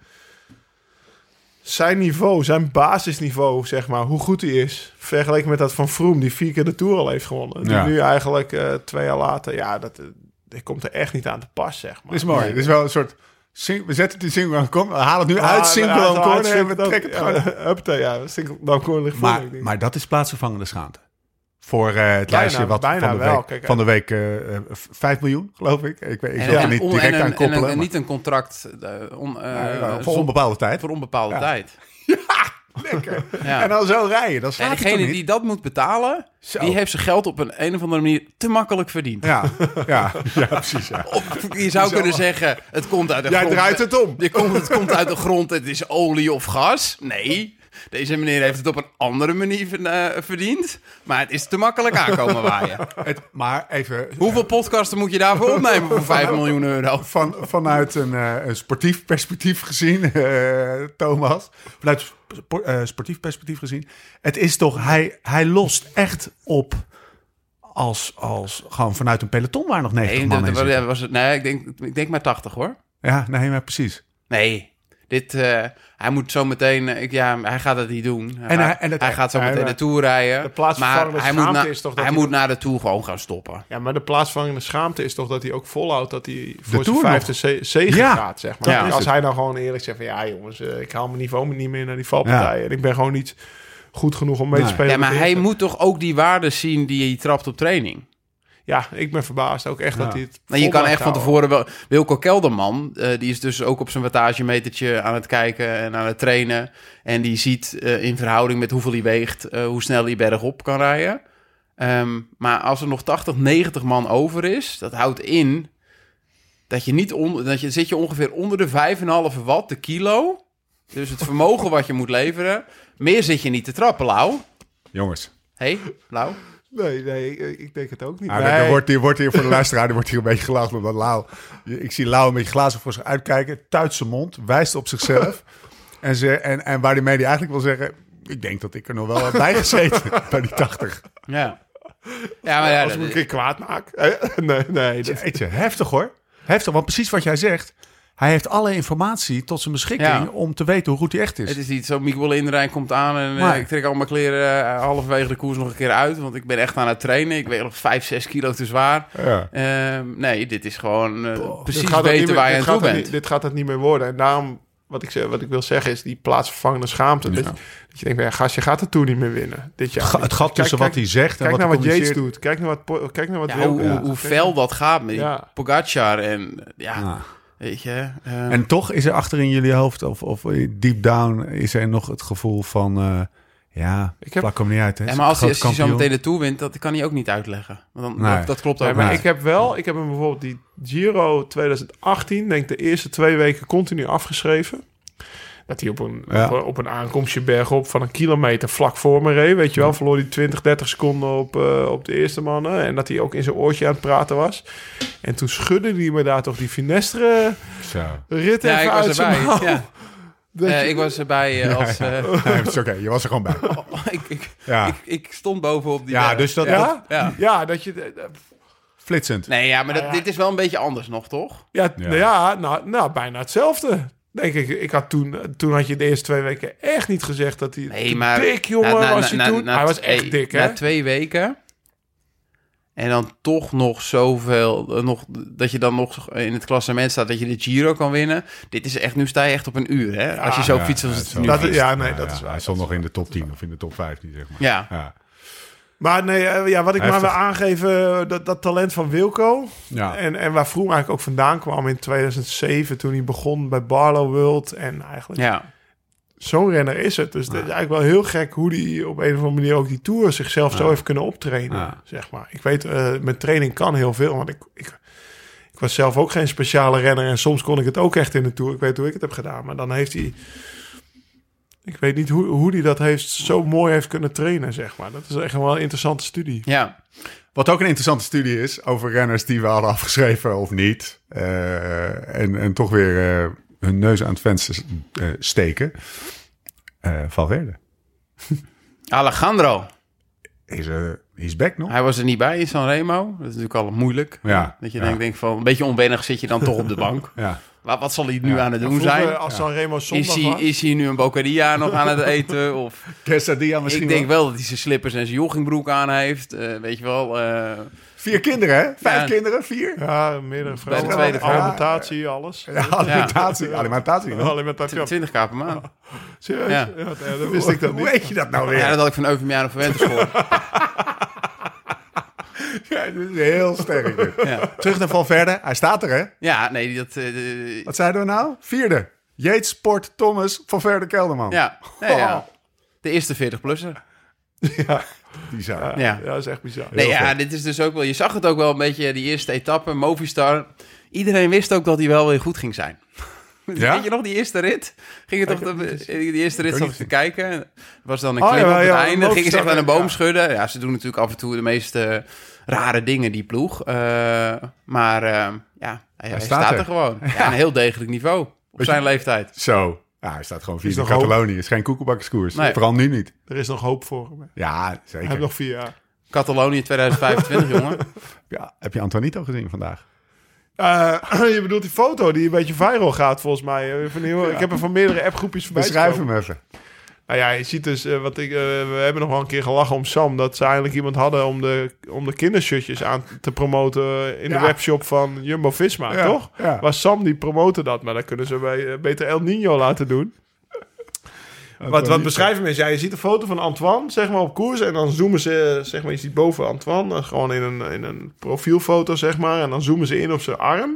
Zijn niveau, zijn basisniveau, zeg maar, hoe goed hij is, vergeleken met dat van Froome, die vier keer de Tour al heeft gewonnen. Die ja. nu eigenlijk uh, twee jaar later, ja, dat, dat komt er echt niet aan te pas, zeg maar. Dat is mooi. Het is wel een soort. We zetten het in Single Corner. We halen het nu ah, uit Single Corner en we trekken het gewoon. Upte, ja. Single Corner ligt maar, maar dat is plaatsvervangende schaamte. Voor uh, het bijna, lijstje wat van de, week, Kijk, van de week uh, vijf miljoen, geloof ik. Ik, ik zal er niet on, direct en, aan koppelen. En, en, en niet een contract uh, on, uh, ja, ja, voor onbepaalde tijd. Voor onbepaalde ja. tijd. Ja, lekker. Ja. En dan zo rijden. Dan en degene die dat moet betalen, zo. die heeft zijn geld op een, een of andere manier te makkelijk verdiend. Ja, ja, ja precies. Ja. Of, je zou zo. kunnen zeggen, het komt uit de Jij grond. Jij draait het om. Je komt, het komt uit de grond, het is olie of gas. Nee. Deze meneer heeft het op een andere manier uh, verdiend. Maar het is te makkelijk aankomen waaien. Het, maar even... Hoeveel podcasten moet je daarvoor opnemen voor vijf miljoen euro? Van, vanuit een, uh, een sportief perspectief gezien, uh, Thomas. Vanuit spo- uh, sportief perspectief gezien. Het is toch... Hij, hij lost echt op... Als, als gewoon vanuit een peloton waar nog negentig Nee, man dat, in was, zitten. was het, nee ik, denk, ik denk maar tachtig hoor. Ja, nee, maar precies. Nee, dit, uh, hij moet zo meteen... Uh, ik, ja, hij gaat het niet doen. Hij, En gaat, hij- en het- hij gaat zo hij- meteen hij- de Tour rijden. de plaatsvervangende maar hij moet, schaamte na, is toch dat hij hij- moet na de Tour gewoon gaan stoppen. Ja, maar de plaatsvervangende schaamte is toch dat hij ook volhoudt dat hij voor zijn Tour vijfde ze- zege Ja. gaat, zeg maar. Ja. Als hij dan gewoon eerlijk zegt van ja jongens, uh, ik haal mijn niveau niet meer naar die valpartijen. Ja. En ik ben gewoon niet goed genoeg om mee Nee. te spelen. Ja, maar met de hij eerste. moet toch ook die waarden zien die hij trapt op training? Ja, ik ben verbaasd ook echt Ja. dat hij het Nou, je vol kan blijft echt van houden. tevoren wel... Wilco Kelderman, uh, die is dus ook op zijn wattagemetertje aan het kijken en aan het trainen. En die ziet uh, in verhouding met hoeveel hij weegt, uh, hoe snel hij bergop kan rijden. Um, maar als er nog tachtig, negentig man over is, dat houdt in dat je niet onder, dat je zit je ongeveer onder de vijf komma vijf watt de kilo. Dus het vermogen wat je moet leveren. Meer zit je niet te trappen, Lau. Jongens. Hé, hey, Lau. Nee, nee, ik, ik denk het ook niet. Nou, nee. er, wordt, hier, wordt hier voor de luisteraar er wordt hier een beetje gelachen. Omdat Lau, ik zie Lau een beetje glazen voor zich uitkijken. Tuit zijn mond, wijst op zichzelf. en, ze, en, en waar die media eigenlijk wil zeggen... Ik denk dat ik er nog wel wat bij gezeten bij die tachtig. Ja. Ja, maar ja, Als ik me een dat- keer kwaad maak. nee, nee. Dat, Jeetje, heftig hoor. Heftig, want precies wat jij zegt. Hij heeft alle informatie tot zijn beschikking Ja. om te weten hoe goed hij echt is. Het is niet zo, Miguel Indurain komt aan en uh, Maar- ik trek al mijn kleren uh, halverwege de koers nog een keer uit. Want ik ben echt aan het trainen. Ik weeg nog vijf, zes kilo te zwaar. Ja. Uh, nee, dit is gewoon uh, dit precies gaat het niet weten meer- waar je dit aan toe gaat het bent. niet- Dit gaat het niet meer worden. En daarom, wat ik, zeg, wat ik wil zeggen, is die plaatsvervangende schaamte. Dat, je, dat je denkt, ja, gast, je gaat de Tour niet meer winnen dit jaar. Ga- niet. het gat Kijk- tussen kijk- wat hij zegt en Kijk wat naar hij wat Yates communiceert. doet. Kijk naar wat, Po- kijk naar wat Ja, Wilco hoe, hoe, doet. hoe Kijk fel dat gaat met die Ja. Pogacar en ja, Ja. weet je. Uh, En toch is er achter in jullie hoofd, of, of deep down, is er nog het gevoel van... Uh, ja, Ik heb- plak hem niet uit. Hè. ja, maar als hij, Groot als hij zo kampioen. meteen de Tour wint, dat kan hij ook niet uitleggen. Want dan, Nee. dat, dat klopt ook Nee, maar Nee. ik heb wel, ik heb hem bijvoorbeeld die Giro twintig achttien, denk ik de eerste twee weken continu afgeschreven. Dat hij op een, Ja. op, op een aankomstje bergop van een kilometer vlak voor me reed, weet je wel. Verloor hij twintig, dertig seconden op, uh, op de eerste mannen. En dat hij ook in zijn oortje aan het praten was. En toen schudde hij me daar toch die finestre Zo. rit Ja, even ik was uit zijn erbij. mouw. Ja. Dat Uh, je- ik was erbij uh, als... Uh, Nee, het is oké, je was er gewoon bij. ik, ik, Ja, ik, ik stond bovenop die ja berg. dus dat, Ja. dat ja? Ja. Ja, dat je... uh, flitsend. Nee, ja, maar dat, Nou ja. dit is wel een beetje anders nog, toch? Ja, Ja. ja. ja nou, nou, bijna hetzelfde. Denk ik. Ik had toen, toen had je de eerste twee weken echt niet gezegd dat hij Nee, te maar... dik, jongen, na- na- was hij na- toen. na- hij was echt hey, dik, hè? Na twee weken... En dan toch nog zoveel... uh, nog, dat je dan nog in het klassement staat... dat je de Giro kan winnen. Dit is echt... Nu sta je echt op een uur, hè? Als je zo Ja, fietst als ja, het zo. nu Dat- fietst. ja, nee, dat Ja, is waar. Hij stond nog in de top tien of in de top vijftien, zeg maar. Ja. Ja. Maar nee, eh, ja, wat ik Heftig. maar wil aangeven, dat, dat talent van Wilco... Ja. En, en waar Froome eigenlijk ook vandaan kwam in tweeduizend zeven... toen hij begon bij Barlow World. En eigenlijk Ja. zo'n renner is het. Dus het is eigenlijk wel heel gek hoe hij op een of andere manier... ook die Tour zichzelf zo heeft kunnen optrainen, Ja. zeg maar. Ik weet, uh, met training kan heel veel, want ik... ik Ik was zelf ook geen speciale renner en soms kon ik het ook echt in de Tour. Ik weet hoe ik het heb gedaan, maar dan heeft hij... Ik weet niet hoe, hoe hij dat heeft, zo mooi heeft kunnen trainen, zeg maar. Dat is echt wel een interessante studie. Ja. Wat ook een interessante studie is over renners die we hadden afgeschreven of niet. Uh, en, en toch weer uh, hun neus aan het venster uh, steken. Uh, Valverde. Alejandro. Is, uh, is back nog? Hij was er niet bij in Sanremo. Dat is natuurlijk al moeilijk. Ja, Dat je ja. denkt, denkt van... Een beetje onwennig zit je dan toch op de bank. Ja. Wat, wat zal hij nu Ja. aan het doen Vroeger, zijn? als Sanremo Is zondag hij, was... is hij nu een Bocadilla nog aan het eten? Of... Quesadilla misschien Ik denk wel dat hij zijn slippers en zijn joggingbroek aan heeft. Uh, weet je wel. Uh... Vier kinderen, hè? Vijf Ja. kinderen, vier? Ja, meerdere vrouwen. de tweede vrouw. Alimentatie, alles. Ja, alimentatie. Alimentatie. nog. Alimentatie. twintig k per maand. Serieus? Ja. Ja. Ja, dat wist ik dan Hoe niet. weet je dat nou weer? Ja, dat had ik van Eufemiano van Wenterschool. Ja, dit is heel sterk. dit. Ja. Terug naar Valverde. Hij staat er, hè? Ja, nee, dat... Uh, Wat zeiden we nou? Vierde. Yates, Sport, Thomas, Valverde, Kelderman. ja, nee, ja. De eerste veertig-plusser. Ja. Bizar. Ja. Ja. Ja, dat is echt bizar. Nee, Heel ja, vet. dit is dus ook wel... Je zag het ook wel een beetje, die eerste etappe, Movistar. Iedereen wist ook dat hij wel weer goed ging zijn. Ja? Weet je nog, die eerste rit? Ging het toch de, die eerste rit zat ik te kijken. Was dan een Oh, clip ja, op het ja, einde. een Gingen ze echt aan een boom ja. schudden. Ja, ze doen natuurlijk af en toe de meest uh, rare dingen, die ploeg. Uh, maar uh, ja, hij, hij, hij staat, staat er, er gewoon. Ja. Ja, een heel degelijk niveau. Op Weet zijn je, leeftijd. Zo. Ja, hij staat gewoon vierde in nog Catalonië. Het is geen koekenbakkerskoers. Nee. Vooral nu niet. Er is nog hoop voor hem. Ja, Hij zeker. heeft nog vier jaar. Catalonië twintig vijfentwintig, jongen. Ja, heb je Antonito gezien vandaag? Uh, je bedoelt die foto die een beetje viral gaat, volgens mij. Van heel, ja. Ik heb er van meerdere appgroepjes voorbij Beschrijf gekomen. hem even. Nou ja, je ziet dus, uh, wat ik, uh, we hebben nog wel een keer gelachen om Sam, dat ze eigenlijk iemand hadden om de, om de kindershirtjes aan te promoten in ja. de webshop van Jumbo-Visma, ja. toch? Ja. Maar Sam die promoten dat, maar dat kunnen ze bij, uh, beter El Nino laten doen. Wat, wat beschrijven is, ja, je ziet een foto van Antoine, zeg maar, op koers. En dan zoomen ze, zeg maar, je ziet boven Antoine, gewoon in een, in een profielfoto, zeg maar. En dan zoomen ze in op zijn arm.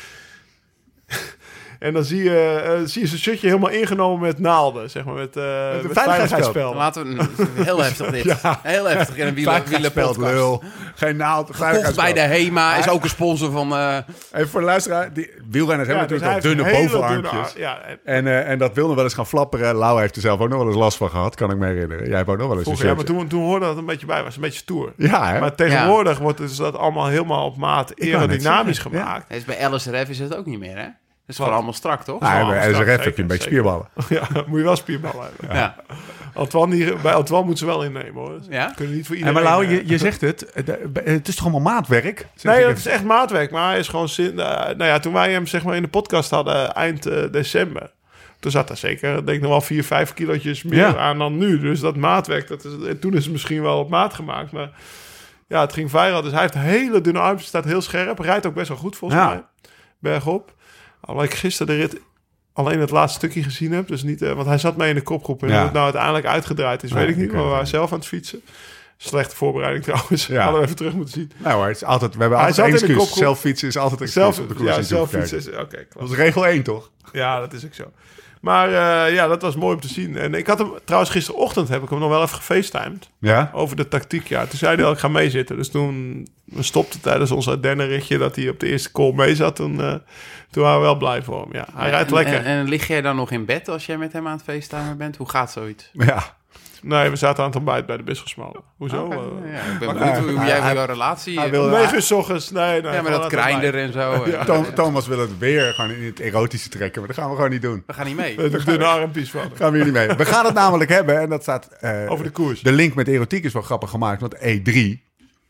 En dan zie je, uh, zie je zijn shirtje helemaal ingenomen met naalden, zeg maar, met, uh, met, met veiligheidsspel. Laten we heel heftig dit. Ja. Heel heftig in een wielerpodcast. Geen naald. Gekocht bij de HEMA, hij is ook een sponsor van... Uh... Even voor de luisteraar, die wielrenners ja, hebben dus natuurlijk wel dunne bovenarmpjes. Dunne, ja, en, en, uh, en dat wil nog wel eens gaan flapperen. Lau heeft er zelf ook nog wel eens last van gehad, kan ik me herinneren. Jij hebt ook nog wel eens Vroeger, een Ja, maar toen, toen hoorde dat een beetje bij, was een beetje stoer. Ja, hè? Maar tegenwoordig ja. wordt dus dat allemaal helemaal op maat aerodynamisch gemaakt. Ja. Bij L S R F is het ook niet meer, hè? Dat is gewoon allemaal strak, toch? Ja, bij L S R F heb je een beetje spierballen. Ja, moet je wel spierballen hebben. Ja. Antoine, die, bij Antoine moet ze wel innemen, hoor. Dus ja? Kunnen niet voor iedereen... En maar Lau, je, je zegt het, het is toch allemaal maatwerk? Nee, dat is echt maatwerk, maar hij is gewoon... Zin, uh, nou ja, toen wij hem zeg maar in de podcast hadden eind uh, december... Toen zat er zeker, denk ik, nog wel vier, vijf kilootjes meer ja. aan dan nu. Dus dat maatwerk, dat is, toen is het misschien wel op maat gemaakt, maar... Ja, het ging viral. Dus hij heeft hele dunne armpjes, staat heel scherp. Rijdt ook best wel goed, volgens ja. mij. Bergop. Alleen ik gisteren de rit alleen het laatste stukje gezien heb. Dus niet, uh, want hij zat mee in de kopgroep. En ja. hoe het nou uiteindelijk uitgedraaid is, ja, weet ik niet. Maar we waren zelf aan het fietsen. Slechte voorbereiding trouwens. Ja. Hadden we even terug moeten zien. Nou hoor, het is altijd, we hebben altijd één excuus. Zelf fietsen is altijd een zelf, op de koers. Ja, zelf fietsen is... Oké, okay, dat is regel één, toch? Ja, dat is ook zo. Maar uh, ja, dat was mooi om te zien. En ik had hem, trouwens gisterochtend heb ik hem nog wel even gefacetimed. Ja? Over de tactiek, ja. Toen zei hij al, ik ga meezitten. Dus toen we stopten tijdens ons Ardennen-ritje dat hij op de eerste call mee zat. Toen, uh, toen waren we wel blij voor hem, ja. Hij rijdt en, lekker. En, en lig jij dan nog in bed als jij met hem aan het facetimen bent? Hoe gaat zoiets? Ja. Nee, we zaten aan het ontbijt bij de Bisschopsmalen. Hoezo? Okay, uh, ja, ik ben benieuwd hoe, hoe jij met jouw relatie... Hij wil negen uur 's ochtends, nee, nee. Ja, maar dat kreinder en zo. Ja. Tom, Thomas wil het weer gewoon in het erotische trekken, maar dat gaan we gewoon niet doen. We gaan niet mee. We gaan dunne armpjes van. Gaan we hier niet mee. We gaan het namelijk hebben, en dat staat... Uh, over de koers. De link met erotiek is wel grappig gemaakt, want E drie...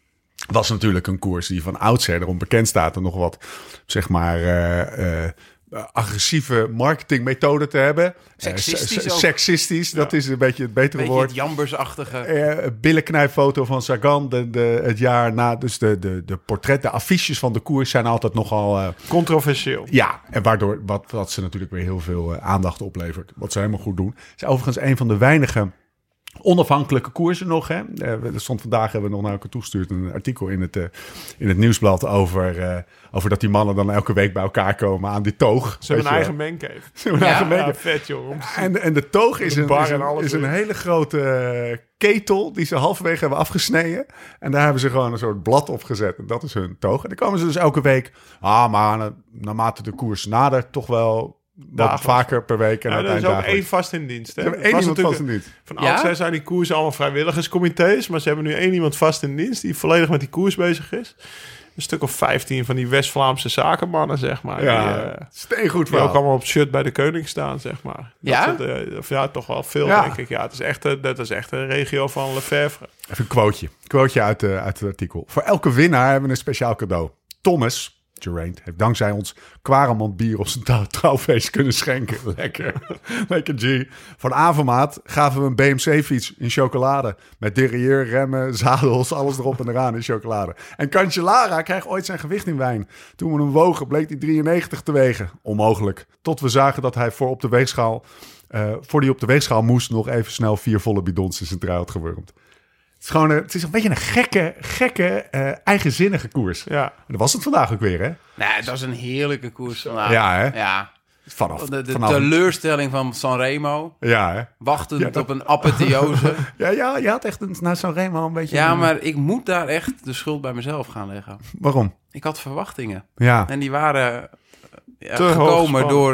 was natuurlijk een koers die van oudsher erom bekend staat... en nog wat, zeg maar... Uh, uh, agressieve marketingmethode te hebben. Sexistisch. Uh, sexistisch, dat ja. is een beetje het betere beetje woord. Het Jambers-achtige. Uh, billenknijpfoto van Sagan, de, de, het jaar na. Dus de, de, de portret, de affiches van de koers zijn altijd nogal... Uh, controversieel. Ja, en waardoor wat, wat ze natuurlijk weer heel veel uh, aandacht oplevert. Wat ze helemaal goed doen. Het is overigens een van de weinige... onafhankelijke koersen nog. Hè? Uh, er stond vandaag, hebben we nog naar elkaar toegestuurd... een artikel in het, uh, in het nieuwsblad over, uh, over dat die mannen dan elke week bij elkaar komen aan die toog. Ze hebben een eigen mancave. Ze hebben een ja, eigen mancave. Ja, vet joh. En, en de toog is een, is een, is een weer. hele grote uh, ketel die ze halverwege hebben afgesneden. En daar hebben ze gewoon een soort blad op gezet. En dat is hun toog. En dan komen ze dus elke week... Ah, maar na, naarmate de koers nadert toch wel... Wat vaker per week. En ja, er is ook één vast in dienst. Hè? Ze hebben één iemand vast in dienst. Van oudsher ja? zijn die koersen allemaal vrijwilligerscomité's. Maar ze hebben nu één iemand vast in dienst... die volledig met die koers bezig is. Een stuk of vijftien van die West-Vlaamse zakenmannen, zeg maar. Ja, die, uh, steengoed die ook allemaal op shirt bij de koning staan, zeg maar. Ja? Dat soort, uh, of ja, toch wel veel, ja. denk ik. Ja, het is echt, uh, dat is echt een regio van Lefevre. Even een quoteje. Quoteje uit, uh, uit het artikel. Voor elke winnaar hebben we een speciaal cadeau. Thomas... Geraint heeft dankzij ons Quaremont bier op zijn trouw- trouwfeest kunnen schenken. Lekker. Lekker G. Van Avermaat gaven we een B M C-fiets in chocolade. Met derailleur, remmen, zadels, alles erop en eraan in chocolade. En Cancellara kreeg ooit zijn gewicht in wijn. Toen we hem wogen bleek hij drieënnegentig te wegen. Onmogelijk. Tot we zagen dat hij voor op de weegschaal... Uh, voor die op de weegschaal moest nog even snel vier volle bidons in zijn trui had gewurmd. Het is gewoon een, het is een beetje een gekke, gekke, uh, eigenzinnige koers. Ja. En dat was het vandaag ook weer, hè? Nee, het was een heerlijke koers vandaag. Ja, hè? Ja. Vanaf, de de vanaf... teleurstelling van Sanremo. Ja, hè? Wachtend ja, dat... op een apotheose. ja, ja, je had echt een, naar Sanremo een beetje... Ja, een... maar ik moet daar echt de schuld bij mezelf gaan leggen. Waarom? Ik had verwachtingen. Ja. En die waren ja, gekomen door,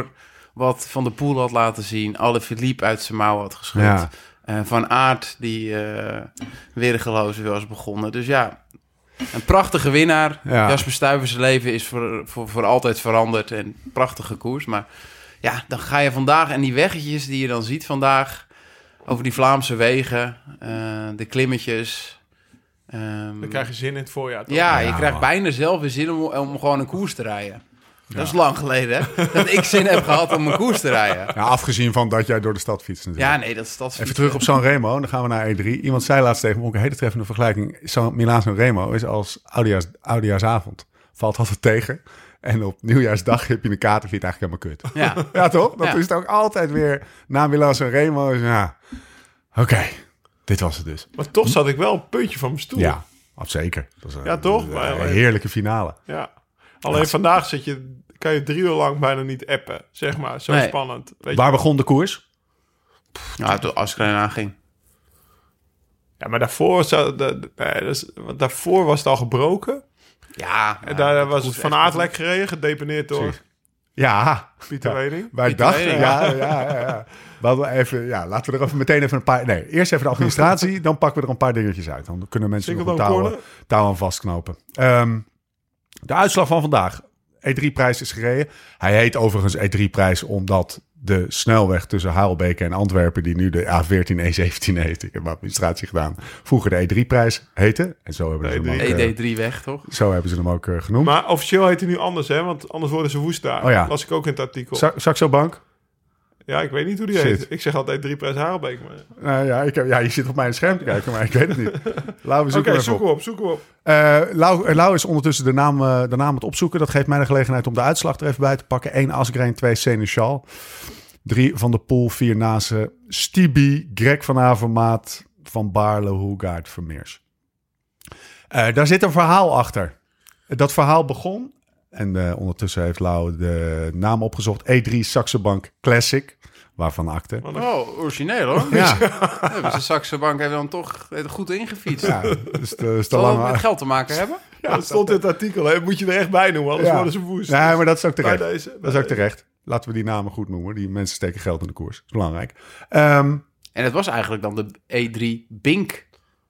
wat Van der Poel had laten zien. Alaphilippe uit zijn mouw had geschud. Ja. Uh, Van Aert die uh, weergeloos was begonnen. Dus ja, een prachtige winnaar. Ja. Jasper Stuyvers leven is voor, voor, voor altijd veranderd. En prachtige koers. Maar ja, dan ga je vandaag... En die weggetjes die je dan ziet vandaag... Over die Vlaamse wegen. Uh, de klimmetjes. Um, Dan krijg je zin in het voorjaar, toch? Ja, Ja, je krijgt man. bijna zelf weer zin om, om gewoon een koers te rijden. Dat is lang geleden, hè? Dat ik zin heb gehad om een koers te rijden. Ja, afgezien van dat jij door de stad fietst natuurlijk. Ja, nee, dat is dat. Even terug op Sanremo, dan gaan we naar E drie. Iemand zei laatst tegen me, ook een hele treffende vergelijking. San, Milaan Sanremo is als Oudjaars, Oudjaarsavond. Valt altijd tegen. En op Nieuwjaarsdag heb je een kaart en vind je het eigenlijk helemaal kut. Ja. Ja, toch? Dat Ja. is het ook altijd weer na Milaan Sanremo. Dus ja, oké, okay. Dit was het dus. Maar toch zat ik wel een puntje van mijn stoel. Ja, zeker. Dat is een, Ja, toch? Een, Maar- een heerlijke finale. Ja. Alleen vandaag zit je, kan je drie uur lang bijna niet appen. Zeg maar, zo Nee. spannend. Weet Waar je? begon de koers? Ja, toen Askreen aanging. Ja, maar daarvoor, zou, de, de- nee, dus, want daarvoor was het al gebroken. Ja. En daar dat was koers Van echt Aert goed. lek gereden, gedeponeerd door Precies. Ja, Pieter Ja. Wening. wij Pieter dachten, Wening, ja, ja, ja. ja. We hadden even, ja, laten we er even meteen even een paar... Nee, eerst even de administratie, dan pakken we er een paar dingetjes uit. Dan kunnen mensen nog een Single touw, corner. touw aan vastknopen. Um, de uitslag van vandaag. E drie prijs is gereden. Hij heet overigens E drie prijs omdat de snelweg tussen Haarlbeke en Antwerpen, die nu de A veertien E zeventien heet, ik heb administratie gedaan, vroeger de E drie prijs heette. En zo hebben ze, De hem, E ook, E uh, D drie weg, toch? zo hebben ze hem ook uh, genoemd. Maar officieel heet hij nu anders, hè? Want anders worden ze woest daar. Oh ja. Las ik ook in het artikel. Sa- Saxo Bank? Ja, ik weet niet hoe die Shit. heet. Ik zeg altijd drie prijs Haarbeek. Maar... Nou ja, ik heb, ja, je zit op mijn scherm te kijken, maar ik weet het niet. Laten we zoeken Oké, even zoek op. hem op, zoek hem op. Uh, Lau, uh, Lau is ondertussen de naam, uh, de naam aan het opzoeken. Dat geeft mij de gelegenheid om de uitslag er even bij te pakken. één Asgreen, twee Seneschal. drie Van der Poel, vier Nase. Stibi, Greg van Avermaat, Van Baarle, Hoegaard, Vermeers. Uh, daar zit een verhaal achter. Dat verhaal begon, en uh, ondertussen heeft Lau de naam opgezocht. E drie Saxo Bank Classic, waarvan akte. Oh, origineel hoor. Ja, Ja, dus de Saxe Bank heeft dan toch goed ingefietst. ja, dus de, is te Zal dat lang. met geld te maken hebben? Ja, dat stond in het artikel. Hè? Moet je er echt bij noemen, anders Ja. worden ze woest. Nee, maar dat is ook Bij terecht. deze, Dat is ook terecht. Laten we die namen goed noemen. Die mensen steken geld in de koers. Dat is belangrijk. Um, En het was eigenlijk dan de E drie Bink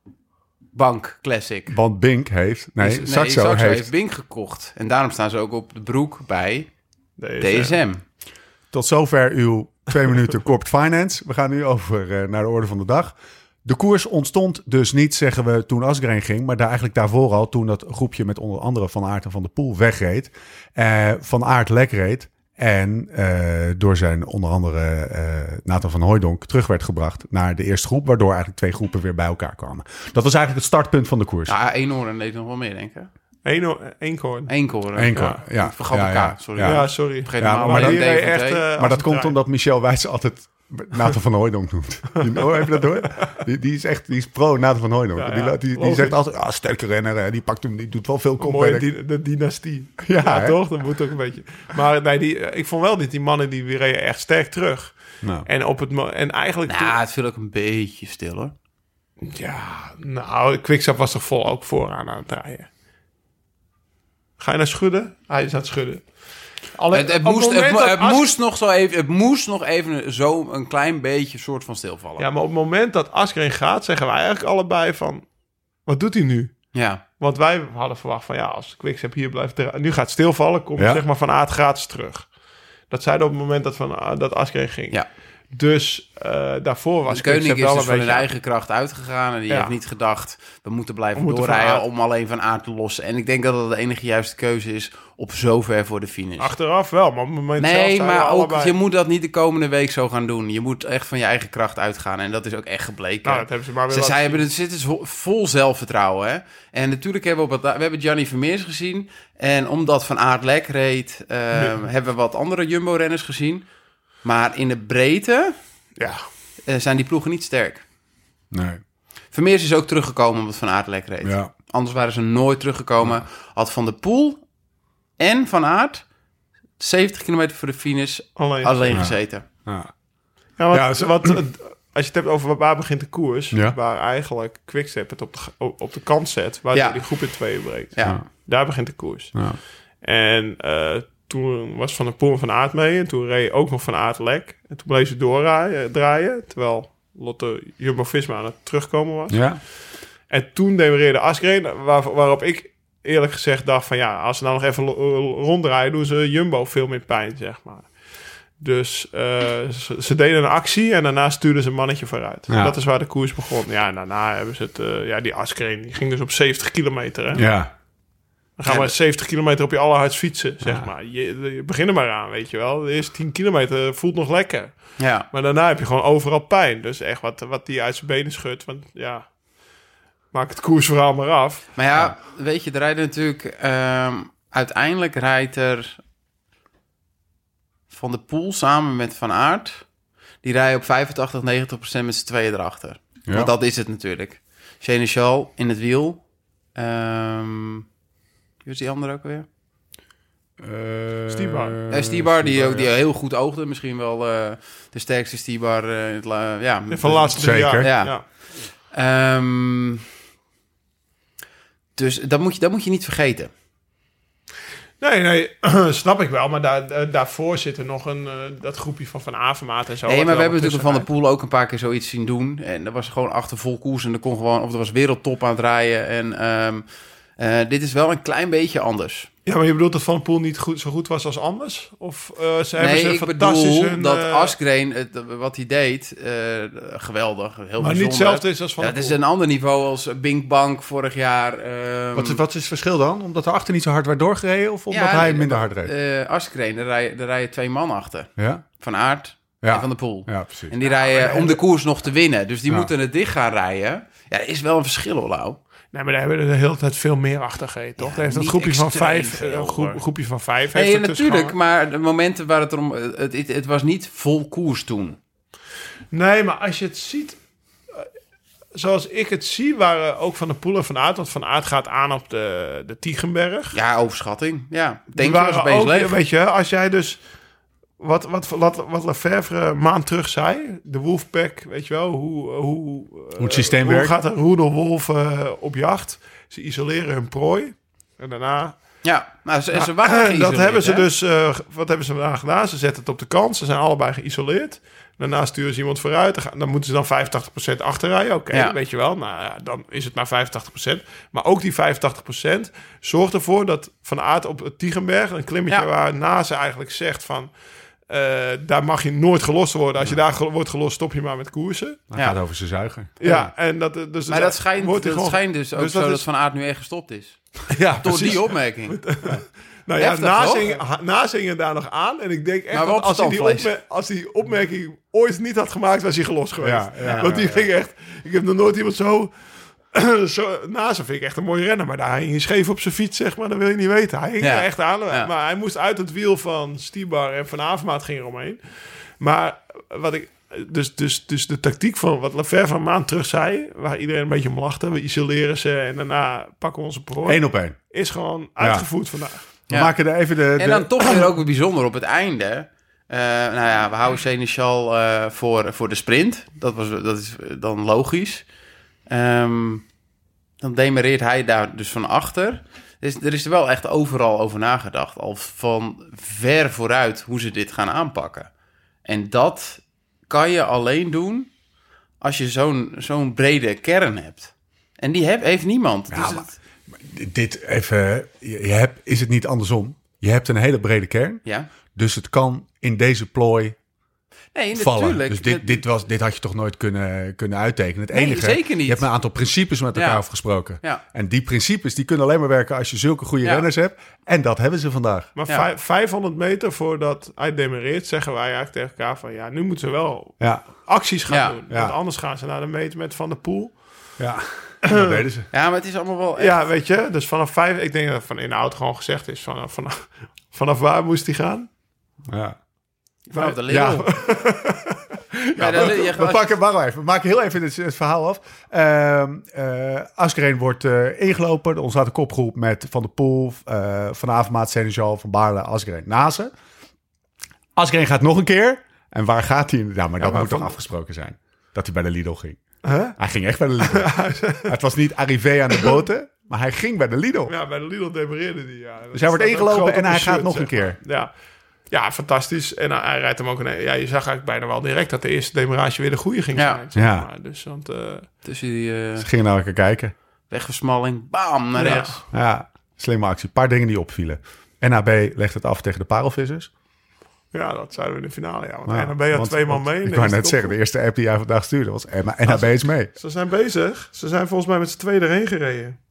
Bank Classic. want Bink heeft... Nee, Dus- Saxo, Saxo heeft... heeft Bink gekocht. En daarom staan ze ook op de broek bij Deze. D S M. Tot zover uw twee minuten corporate finance. We gaan nu over uh, naar de orde van de dag. De koers ontstond dus niet, zeggen we, toen Asgreen ging. Maar daar eigenlijk daarvoor al, toen dat groepje met onder andere Van Aert en Van der Poel wegreed. Uh, Van Aert lek reed. En uh, door zijn onder andere uh, Nathan van Hooijdonk terug werd gebracht naar de eerste groep. Waardoor eigenlijk twee groepen weer bij elkaar kwamen. Dat was eigenlijk het startpunt van de koers. Ja, Eenhoorn deed nog wel meer, denk ik. Eén, één koorn. Eenkoorn. Eén koor, ja. ja. Ik vergat ja, elkaar, ja, sorry. ja. Ja, sorry. Vergeet Ja, hem maar allemaal dat- in die D reed V T. echt, uh, Maar als dat een komt trein. omdat Michel Wijs altijd Nathan van Hooijdonk noemt. Die, oh, heb je dat door? Die, die is echt die is pro Nathan van Hooijdonk. Ja, ja. Die, die, die, Logisch. zegt altijd, ah, sterke renner. Hè. Die pakt hem, die doet wel veel kop. Mooi, werk. die, de dynastie. Ja, Ja, hè? toch? Dat moet ook een beetje. Maar nee, die, ik vond wel dat die mannen die reden echt sterk terug. Nou, En op het mo- en eigenlijk toen- Nou, het viel ook een beetje stil, hoor. ja, nou, Quickstep was toch vol ook vooraan aan het draaien. Ga je naar schudden? Hij is aan het schudden. Alleen, Het, het, op moest, het, moment mo- dat het, As- moest nog zo even, het moest nog even zo een klein beetje soort van stilvallen. Ja, maar op het moment dat Asgreen gaat, zeggen wij eigenlijk allebei van, wat doet hij nu? Ja. Want wij hadden verwacht van, ja, als Quickstep hier blijft draaien, nu gaat het stilvallen, komt Ja. zeg maar Van Aert gratis terug. Dat zeiden op het moment dat, van, dat Asgreen ging. Ja. Dus uh, daarvoor was De Koning Quickstep is wel dus een van hun beetje... eigen kracht uitgegaan. En die Ja. heeft niet gedacht, we moeten blijven We moeten doorrijden Van Aert- om alleen Van Aert te lossen. En ik denk dat dat de enige juiste keuze is op zover voor de finish. Achteraf wel, maar op het moment zelf Nee, zijn we maar ook, allebei... je moet dat niet de komende week zo gaan doen. Je moet echt van je eigen kracht uitgaan. En dat is ook echt gebleken. Nou, dat hebben ze maar weer Ze, laten zij zien. hebben het zitten zo- vol zelfvertrouwen. Hè? En natuurlijk hebben we, op het, we hebben Gianni Vermeers gezien. En omdat Van Aert lek reed, uh, hebben we wat andere Jumbo-renners gezien. Maar in de breedte Ja, uh, zijn die ploegen niet sterk. nee. Vermeers is ook teruggekomen omdat Van Aert lek reed. Ja. Anders waren ze nooit teruggekomen. Had Van der Poel en Van Aert zeventig kilometer voor de finish alleen. alleen Ja. gezeten. Ja. Ja, want, Ja, zo- wat, als je het hebt over waar begint de koers, Ja. waar eigenlijk Quickstep het op de, op de kant zet, waar Ja. die groep in tweeën breekt. Ja. Daar begint de koers. Ja. En uh, toen was Van der Poel en Van Aert mee. En toen reed ook nog Van Aert lek. En toen bleef ze doordraaien. Draaien, terwijl Lotte Jumbo-Visma aan het terugkomen was. Ja. En toen demereerde Asgreen, waar, waarop ik eerlijk gezegd dacht van ja, als ze nou nog even lo- ronddraaien, doen ze Jumbo veel meer pijn, zeg maar. Dus uh, ze, ze deden een actie en daarna stuurden ze een mannetje vooruit. Ja. Dat is waar de koers begon. Ja, en daarna hebben ze het, uh, ja, die Asgreen, die ging dus op zeventig kilometer. Hè? Ja. Dan gaan we zeventig kilometer op je allerhardst fietsen, zeg Ja. maar. Je, je begin er maar aan, weet je wel. De eerste tien kilometer voelt nog lekker. Ja. Maar daarna heb je gewoon overal pijn. Dus echt wat, wat die uit zijn benen schudt, want ja, maak het koersverhaal maar af. Maar ja, weet je, er rijden natuurlijk... ehm, uiteindelijk rijdt er Van der Poel samen met Van Aert. Die rijden op vijfentachtig, negentig procent met z'n tweeën erachter. Ja. Want dat is het natuurlijk. Sénéchal in het wiel. Ehm wie was die andere ook weer? Uh, Stibar. Uh, Stibar, die, ook, die ja. heel goed oogde. Misschien wel uh, de sterkste Stibar. Uh, in het la- ja, Van de laatste drie Zeker. jaar. Ja. Ja. Um, dus dat moet, je, dat moet je niet vergeten. Nee, nee, snap ik wel. Maar daar, daarvoor zit er nog een, uh, dat groepje van Van Avermaat en zo. Nee, wat maar we wel hebben natuurlijk Van der tussenuit. Poel ook een paar keer zoiets zien doen. En er was gewoon achter vol koers en er kon gewoon, of er was wereldtop aan het rijden. En um, uh, dit is wel een klein beetje anders. Ja, maar je bedoelt dat Van der Poel niet goed, zo goed was als anders? Of uh, ze hebben Nee, ze ik fantastisch bedoel hun, dat uh, Asgreen, het, wat hij deed, uh, geweldig, heel maar bijzonder. niet hetzelfde is als Van Ja, der het Poel. is een ander niveau als Bing Bang vorig jaar. Um, Wat, is- wat is het verschil dan? Omdat de achter niet zo hard werd doorgereden of omdat ja, hij nee, minder hard reed? Uh, Asgreen, daar rijden, daar rijden twee man achter. ja? Van Aert Ja. en Van der Poel. Ja, precies. En die rijden om de koers nog te winnen. Dus die Ja. moeten het dicht gaan rijden. Ja, er is wel een verschil, hoor, Lau. Nee, maar daar hebben we er de hele tijd veel meer achter gereden, toch? Ja, Daar heeft dat niet groepje van extreem vijf, veel, een groep, hoor. groepje van vijf heeft Nee, het dus natuurlijk. gewoon- Maar de momenten waar het om... Het, het, het was niet vol koers toen. Nee, maar als je het ziet, uh, zoals ik het zie, waren ook Van der Poel en Van Aert, want Van Aert gaat aan op de, de Tiegenberg. Ja, overschatting. Ja, Die denk je was waren opeens ook, leeg. weet je, als jij dus wat, wat, wat, wat Lefevre een maand terug zei, de Wolfpack, weet je wel, hoe, hoe, Hoe het systeem hoe werkt. gaat een roedel wolven op jacht? Ze isoleren hun prooi en daarna... Ja, nou, ze, Ja, ze waren dat geïsoleerd, hebben ze hè? dus, uh, wat hebben ze vandaag gedaan? Ze zetten het op de kant, ze zijn allebei geïsoleerd. Daarna sturen ze iemand vooruit, dan, gaan, dan moeten ze dan vijfentachtig procent achterrijden. Oké, okay, Ja. weet je wel, nou ja, dan is het maar vijfentachtig procent. Maar ook die vijfentachtig procent zorgt ervoor dat Van Aert op het Tiegenberg, een klimmetje Ja. waar Nase eigenlijk zegt van... Uh, daar mag je nooit gelost worden. Als je daar ge- wordt gelost, stop je maar met koersen. Hij Ja. gaat over zijn zuiger. Ja, en dat... uh, Dus Maar dat schijnt, wordt hij dat gewoon- schijnt dus ook dus zo dat dat is- Van Aert nu echt gestopt is. Ja, Door precies. die opmerking. Nou ja, Heftig, nazingen, ha- nazingen daar nog aan. En ik denk echt Maar dat wat als hij, die standvlees. opmer- als die opmerking ooit niet had gemaakt, was hij gelost geweest. Ja, ja, Want die ja, ja. ging echt... Ik heb nog nooit iemand zo... zo Nazen vind ik echt een mooie renner. Maar daar hing hij scheef op zijn fiets, zeg maar. Dat wil je niet weten. Hij hing Ja. er echt aan. Ja. Maar hij moest uit het wiel van Stibar en Van Avermaat ging eromheen. Maar wat ik... Dus, dus, dus de tactiek van wat Lefevre een maand terug zei... waar iedereen een beetje om lachte. We isoleren ze en daarna pakken we onze prooi. Eén op één. Is gewoon uitgevoerd vandaag. We Ja. maken er even de... de En dan toch weer ook weer bijzonder op het einde. Uh, nou ja, we houden Sénéchal uh, voor, voor de sprint. Dat, was, dat is dan logisch. Um, dan demereert hij daar dus van achter. Dus er is er wel echt overal over nagedacht. Al van ver vooruit hoe ze dit gaan aanpakken. En dat kan je alleen doen als je zo'n, zo'n brede kern hebt. En die heb, heeft niemand. Ja, dus maar- het, Dit even... Je, je hebt, is het niet andersom? Je hebt een hele brede kern. ja. Dus het kan in deze plooi Nee, vallen. natuurlijk. Dus dit, Dat- dit, was, dit had je toch nooit kunnen, kunnen uittekenen. Het Nee, enige, zeker niet. Je hebt een aantal principes met elkaar Ja. afgesproken. Ja. En die principes die kunnen alleen maar werken als je zulke goede Ja. renners hebt. En dat hebben ze vandaag. Maar Ja. vij- vijfhonderd meter voordat hij demereert, zeggen wij eigenlijk tegen elkaar van... ja, nu moeten ze wel Ja, acties gaan Ja. doen. Ja. Want anders gaan ze naar de meet met Van der Poel. ja. dat deden ze. Ja, maar het is allemaal wel echt... Ja, weet je, dus vanaf vijf... Ik denk dat van in de auto gewoon gezegd is... vanaf, vanaf, vanaf waar moest hij gaan? Ja. Vanaf de Ja. Lidl. Ja, dan- je- We pakken, wacht even. We maken heel even het, het verhaal af. Uh, uh, Asgreen wordt uh, ingelopen. Er ontstaat een kopgroep met Van der Poel, uh, Van Avermaat, Sénéchal, Van Baarle, Asgreen, Nase. Asgreen gaat nog een keer. En waar gaat hij? Nou, maar dat maar moet toch van- afgesproken zijn. Dat hij bij de Lidl ging. Huh? Hij ging echt bij de Lidl. Het was niet arrivé aan de boten. Maar hij ging bij de Lidl. Ja, bij de Lidl debuteerde hij. Ja. Dus hij wordt Dat staat ook ingelopen groot en op hij de gaat shirt, nog een zeg keer. maar. Ja. ja, fantastisch. En hij, hij rijdt hem ook... Een, ja, je zag eigenlijk bijna wel direct dat de eerste demarage weer de goede ging Ja. zijn. Zeg Ja. maar. Dus, want, uh, Tussen die uh, Ze gingen naar elkaar kijken. wegversmalling, bam, naar Ja. rechts. Ja, slimme actie. Een paar dingen die opvielen. N H B legt het af tegen de parelvissers. ja, dat zouden we in de finale. Ja, want Ja, N H B had want- twee man want mee. in Ik de wou eerste net zeggen, de kopgroep. eerste app die jij vandaag stuurde was N H B is mee. Ze zijn bezig. Ze zijn volgens mij met z'n tweeën erheen gereden.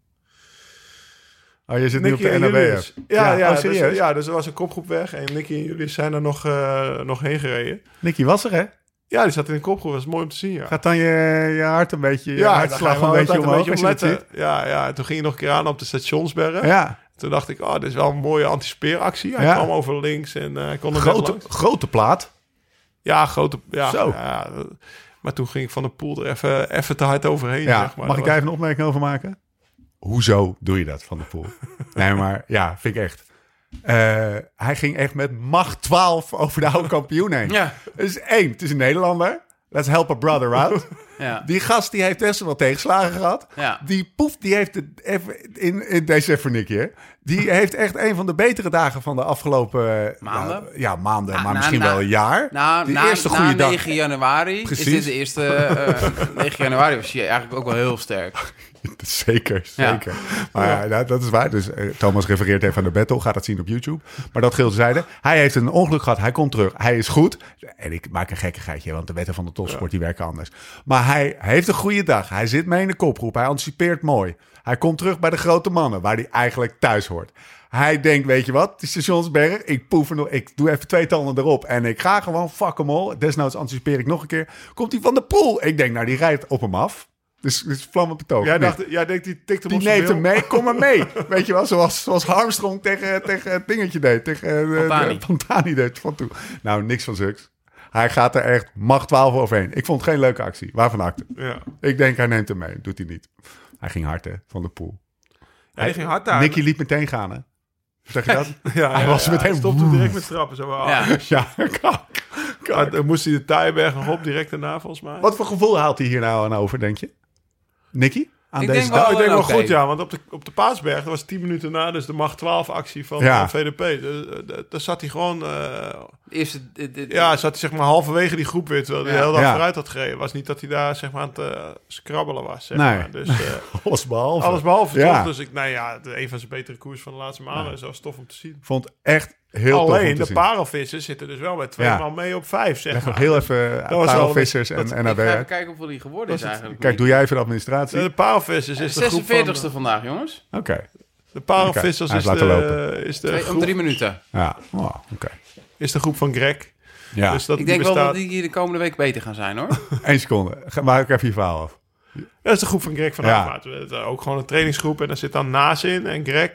Oh, je zit nu op Nicky de en N H B app. Julius. Ja, ja, oh, dus, serieus? ja, dus er was een kopgroep weg. En Nicky en Julius zijn er nog, uh, nog heen gereden. Nicky was er, hè? Ja, die zat in de kopgroep. Dat is mooi om te zien, ja. Gaat dan je, je hart een beetje, je ja, hartslag daar een ga je beetje wel omhoog als je op het ziet? letten. Ja, ja, en toen ging je nog een keer aan op de Stationsberg. Ja, Toen dacht ik, oh, dit is wel een mooie antispeeractie. Hij Ja. kwam over links en uh, hij kon er net grote, langs. grote plaat. Ja, grote... Ja, Zo. ja, maar toen ging ik van de poel er even, even te hard overheen, Ja, zeg maar. mag ik Dat daar even een opmerking over maken? Hoezo doe je dat van de Poel? Nee, maar ja, vind ik echt. Uh, hij ging echt met macht twaalf over de oude kampioen heen. Ja. Het is één, het is een Nederlander. Let's help a brother out. Ja. Die gast die heeft best wel tegenslagen gehad. Ja. Die poef, die heeft het even in, in deze even Nicky, hè. Die heeft echt een van de betere dagen van de afgelopen Maanden? Ja, ja maanden, Ah, maar na- misschien na- wel een jaar. Nou, die na, eerste na goede dag. negen januari Precies. is dit de eerste... Uh, negen januari was je eigenlijk ook wel heel sterk. Zeker, Ja. zeker. Maar ja, dat, dat is waar. Dus uh, Thomas refereert even aan de battle. Gaat dat zien op YouTube. Maar dat geldt zijde. Hij heeft een ongeluk gehad. Hij komt terug. Hij is goed. En ik maak een gekkigheidje, want de wetten van de topsport die werken anders. Maar hij heeft een goede dag. Hij zit mee in de kopgroep. Hij anticipeert mooi. Hij komt terug bij de grote mannen, waar hij eigenlijk thuis hoort. Hij denkt, weet je wat, die Stationsberg, ik poef er nog, ik doe even twee tanden erop en ik ga gewoon fuck hem all. Desnoods anticipeer ik nog een keer. Komt hij van de Poel? Ik denk, nou, die rijdt op hem af. Dus, dus vlam op het oog. Jij, Nee. dacht, jij denkt, die tikt hem Die op zijn neemt hem bil. mee, kom maar mee. Weet je wel, zoals, zoals Armstrong tegen, tegen het dingetje deed. Tegen uh, Fontani. de- Fontani deed van toe. Nou, niks van zulks. Hij gaat er echt macht twaalf overheen. Ik vond het geen leuke actie. Waarvan acte? Ja. Ik denk, hij neemt hem mee. Doet hij niet. Hij ging hard, hè, van de Poel. Ja, die ging hard daar. Nicky liet meteen gaan, hè. Zeg je dat? Ja, Hij ja, was ja, meteen- Hij stopte direct met trappen. Zo, ah. Ja. Ja, kak. Ja, dan moest hij de Taaienberg nog op, direct daarna volgens mij. Wat voor gevoel haalt hij hier nou aan over, denk je? Nicky? Aan Ik deze denk dag? Nou, ik denk wel oké. goed, ja. Want op de, op de Paasberg, dat was tien minuten na, dus de macht twaalf actie van Ja. eh, V D P. Dus, eh, d- Daar zat hij gewoon... eh, Eerste, dit, dit- ja, zat hij zeg maar halverwege die groep weer, terwijl hij Ja. de hele dag Ja. vooruit had gereden. Het was niet dat hij daar zeg maar aan het uh, scrabbelen was. Zeg Nee. maar. Dus, eh, Alles behalve. alles behalve Ja. toch. Dus ik, nou ja, de, een van zijn betere koers van de laatste maanden. is wel tof om te zien. Vond echt heel tof om Alleen, te de zien. parelvissers zitten dus wel met twee Ja. man mee op vijf, zeg Leg maar. nog heel even was wel parelvissers een en beetje- N H Ik B ga even uit. kijken hoeveel die geworden is Was het- eigenlijk. Kijk, doe jij even de administratie? De parelvissers is de groep van... zesenveertigste vandaag, jongens. Oké. De parelvissers Oké, hij is, is laten de, lopen. is, de Twee, om groep, drie minuten. Ja, oh, oké. is de groep van Greg. Ja, Dus dat Ik die denk wel bestaat, dat die hier de komende week beter gaan zijn, hoor. één seconde. Ga- Maak ik even je verhaal af. dat is de groep van Greg van Ja. Avermaat. Het is ook gewoon een trainingsgroep. En daar zit dan Naas in en Greg.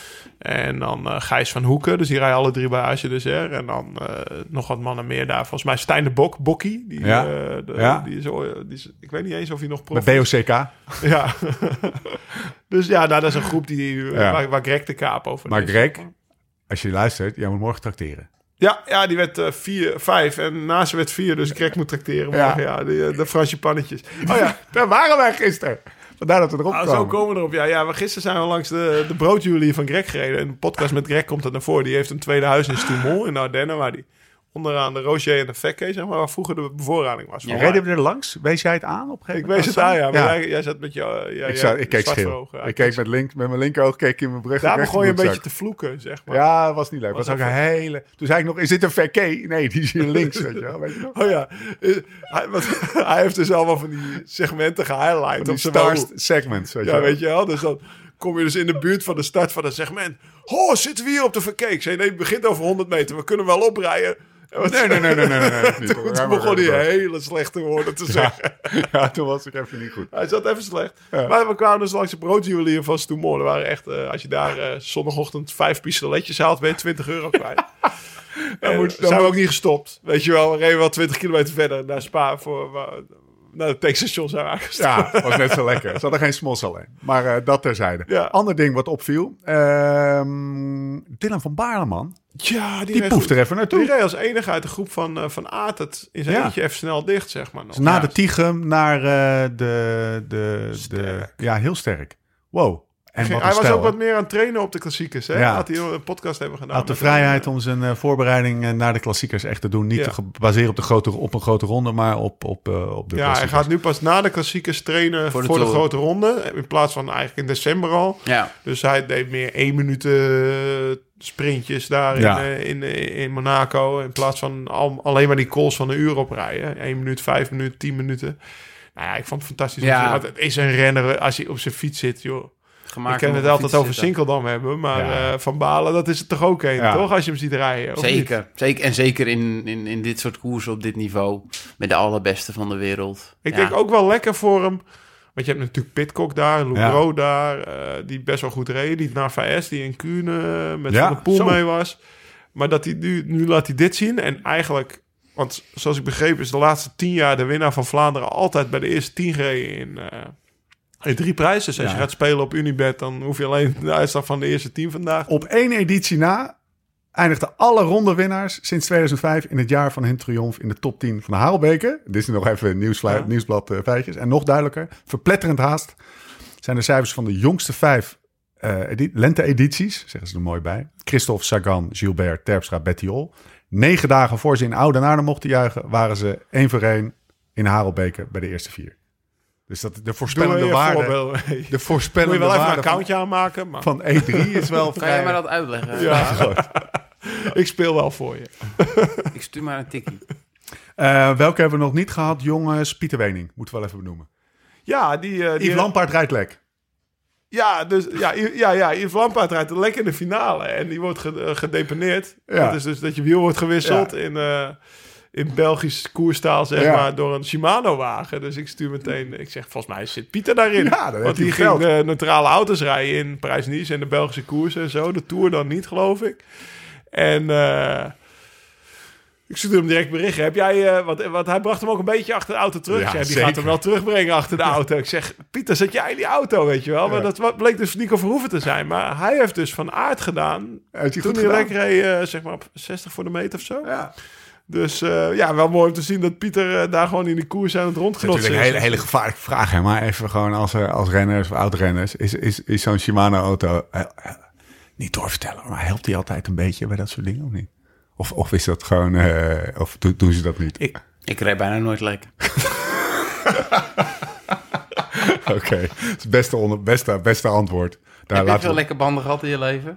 En dan eh, Gijs van Hoeken. Dus die rijden alle drie bij Age de Zer. En dan eh, nog wat mannen meer daar. Volgens mij Stijn de Bok, Bokkie. Die, Ja. eh, de- Ja. die is, ooit- die is, ik weet niet eens of hij nog Met prof B O is. C K. Ja. Dus ja, nou, dat is een groep die, Ja. waar, waar Greg de kaap over Maar is. Greg, als je luistert, jij moet morgen tracteren. Ja, ja, die werd eh, vier, vijf. En naast werd vier, dus Greg moet tracteren Ja. morgen. Ja, die, eh, de Fransje pannetjes. Oh ja, daar waren wij gisteren. Vandaar dat we erop Ah, kwamen. zo komen we erop. Ja, ja, maar gisteren zijn we langs de, de broodjuwelier van Greg gereden. En de podcast met Greg komt dat naar voren. Die heeft een tweede huis in Stoemont in de Ardennen. Waar die onderaan de Roger en de Fekke, zeg maar, waar vroeger de bevoorrading was. Ja, reden we er langs? Wees jij het aan op een gegeven Ik moment? wees het aan, ja. Maar Ja. Jij, jij zat met jou... Ja, Ik, zou, ik keek zwart voor schil. ogen. Ja, Ik keek met, link, met mijn linkeroog keek ik in mijn brug. Daar rechter begon je een beetje broekzak. te vloeken, zeg maar. Ja, dat was niet leuk. Het Was was ook een even- hele... Toen zei ik nog, is dit een verkee? Nee, die is hier links, weet je wel. Weet je nog? Oh ja, Eh, hij, want, hij heeft dus allemaal van die segmenten gehighlight Die op zijn star website. segments, weet je Ja, wel. weet je wel. Dus dan kom je dus in de buurt van de start van het segment. Oh, zitten we hier op de verkeek? Ik zei, nee, het begint over honderd meter. We kunnen wel oprijden. En wat- Nee, nee, nee, nee, nee, nee, nee, niet. Toen, Ruim toen maar, begon hij ruim maar. hele slechte woorden te zeggen. Ja, toen was ik even niet goed. Hij zat even slecht. Ja. Maar we kwamen dus langs de broodjuwelier van Stoemont. Er waren echt, eh, als je daar eh, zondagochtend vijf pistoletjes haalt, ben je twintig euro kwijt. Dan moet- moet, dan zijn we moet- ook niet gestopt. Weet je wel, we reden wel twintig kilometer verder naar Spa voor... waar- naar het tankstation zijn we aangestopt. Ja, was net zo lekker. Ze hadden geen smos alleen. Maar uh, dat terzijde. Ja. Ander ding wat opviel. Ehm Dylan van Baarle, man. Ja, Die reed poeft er goed. even naartoe. Die reed als enige uit de groep van, uh, van Aert het in zijn Ja. eentje even snel dicht, zeg maar. Nog. Dus na Ja. de Tichem naar uh, de, de, de... Sterk. Ja, heel sterk. Wow. En Ging, wat hij een was stijl, ook hè? wat meer aan het trainen op de klassiekers. Hè? Ja. Had hij een podcast hebben gedaan. Had de met vrijheid hem, om zijn uh, voorbereiding uh, naar de klassiekers echt te doen. Niet Ja. te gebaseerd op, de grote, op een grote ronde, maar op, op, uh, op de Ja, hij klassiekers. gaat nu pas na de klassiekers trainen Voor voor de de, Tour. grote ronde. In plaats van eigenlijk in december al. Ja. Dus hij deed meer één minuut uh, sprintjes daar Ja. in, uh, in, uh, in Monaco. In plaats van al, alleen maar die calls van een uur oprijden. één minuut, vijf minuten, tien minuten. Nou ja, ik vond het fantastisch. Ja. Want het is een renner als hij op zijn fiets zit, joh. Gemaakt Ik kan om het op de altijd fiets over te zitten. Sinkeldam hebben, maar Ja. uh, Van Balen, dat is het toch ook een, Ja. toch? Als je hem ziet rijden. of niet? Zeker, zeker. En zeker in, in, in dit soort koersen op dit niveau. Met de allerbeste van de wereld. Ik Ja. denk ook wel lekker voor hem. Want je hebt natuurlijk Pidcock daar, Lugro Ja. daar, uh, die best wel goed reed. Die Narvaez, die in Kuurne met Ja, Van der Poel zo. mee was. Maar dat hij nu, nu laat hij dit zien. En eigenlijk, want zoals ik begreep, is de laatste tien jaar de winnaar van Vlaanderen altijd bij de eerste tien gereden in, uh, in drie prijzen. Dus als Ja. je gaat spelen op Unibet, dan hoef je alleen de uitslag van de eerste tien vandaag. Op één editie na eindigden alle rondewinnaars sinds tweeduizend vijf in het jaar van hun triomf in de top tien van de Harelbeke. Dit is nog even nieuwsflu- Ja. nieuwsblad uh, feitjes. En nog duidelijker, verpletterend haast zijn de cijfers van de jongste vijf uh, edi- lente-edities, zeggen ze er mooi bij. Christophe, Sagan, Gilbert, Terpstra, Bettiol. Negen dagen voor ze in Oudenaarde mochten juichen, waren ze één voor één in Harelbeke bij de eerste vier. Dus dat de Doe voorspellende je waarde, voorbeeld mee. de Moet je voorspellende wel even een waarde van, accountje aanmaken. Maar van E drie is wel Kan vrij jij mij dat uitleggen? ja, ik speel wel voor je. Ik stuur maar een tikkie. Uh, welke hebben we nog niet gehad? Jongens, Pieter Wening, moeten we wel even benoemen. Ja, die... uh, die Yves Lampaard rijdt lek. Ja, dus ja, I- ja, ja, Yves Lampaard rijdt lekker in de finale. En die wordt ge- uh, gedeponeerd. Ja. Dat is dus dat je wiel wordt gewisseld Ja. in, uh, in Belgisch koerstaal, zeg Ja. maar, door een Shimano-wagen. Dus ik stuur meteen... Ik zeg, volgens mij zit Pieter daarin. Ja, dat heeft Want hij die verteld. ging de neutrale auto's rijden in Parijs-Nice en de Belgische koers en zo. De Tour dan niet, geloof ik. En... Uh, ik stuurde hem direct berichten. Heb jij, uh, want, want hij bracht hem ook een beetje achter de auto terug. Ja, Ja, die zeker. gaat hem wel terugbrengen achter de auto. Ik zeg, Pieter, zit jij in die auto, weet je wel? Maar Ja. dat wa- bleek dus Nico Verhoeven te zijn. Maar hij heeft dus van aard gedaan. Heeft hij Toen goed hij gedaan? lekker reed, uh, zeg maar op zestig voor de meter of zo. Ja. Dus uh, ja, wel mooi om te zien dat Pieter uh, daar gewoon in die koers aan het Dat is rondknotsen natuurlijk is. een hele, hele gevaarlijke vraag. Hè? Maar even gewoon als, uh, als renners of oud-renners. Is, is, is zo'n Shimano-auto... Uh, uh, niet doorvertellen, maar helpt die altijd een beetje bij dat soort dingen of niet? Of, of is dat gewoon... Uh, of do- doen ze dat niet? Ik, Ik rijd bijna nooit lekker. Oké, okay. Dat is het beste, onder, beste, beste antwoord. Daar Heb je laten veel we... lekker banden gehad in je leven?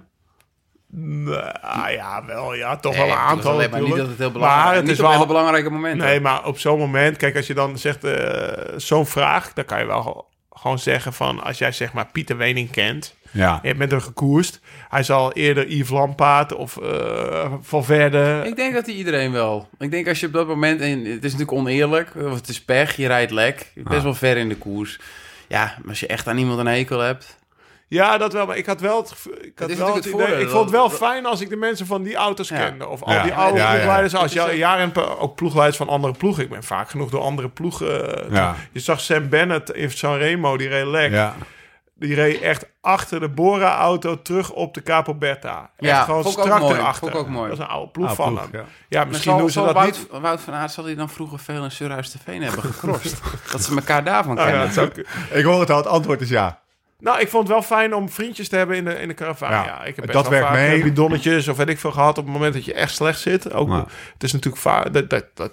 nou ja, wel ja, toch Nee, wel een het was aantal alleen maar niet dat natuurlijk. het heel belangrijk Maar is. het Niet is op wel... hele belangrijke momenten. Nee, maar op zo'n moment, kijk, als je dan zegt uh, zo'n vraag, dan kan je wel ge- gewoon zeggen van, als jij zeg maar Pieter Wening kent, Ja. je hebt met hem gekoerst, hij zal eerder Yves Lampaard of uh, Valverde. Ik denk dat hij iedereen wel. Ik denk als je op dat moment... En het is natuurlijk oneerlijk. Of het is pech. Je rijdt lek. Je bent best wel ver in de koers. Ja, maar als je echt aan iemand een hekel hebt... Ja, dat wel, maar ik had wel het, gevo- ik had is wel natuurlijk het het idee, voordeel ik vond het wel dat- fijn als ik de mensen van die auto's Ja. kende. Of al Ja. die oude Ja, ja. ploegleiders, als Dat is je ook- jaren hebt ook ploegleiders van andere ploegen. Ik ben vaak genoeg door andere ploegen. uh, Ja. Je zag Sam Bennett in Sanremo, die reed lek. Ja. Die reed echt achter de Bora-auto terug op de Capo Berta. Echt Ja, gewoon vond ik ook strak mooi. erachter. Vond ik ook mooi. Dat is een oude ploeg Ah, van ploeg, hem. ja. Ja, Maar misschien zal, doen ze zal dat Wout, niet. Wout van Aert zal hij dan vroeger veel in Surhuis-Terveen hebben gecrossed. Dat ze elkaar daarvan Nou, kennen. ja, dat zou ik- Ik hoor het al, het antwoord is ja. nou, ik vond het wel fijn om vriendjes te hebben in de, in de caravan. Ja, Ja, ik heb best dat wel werkt vaak mee. eh, bidonnetjes of weet ik veel gehad op het moment dat je echt slecht zit. Ook, Ja. Het is natuurlijk vaak dat, dat, dat,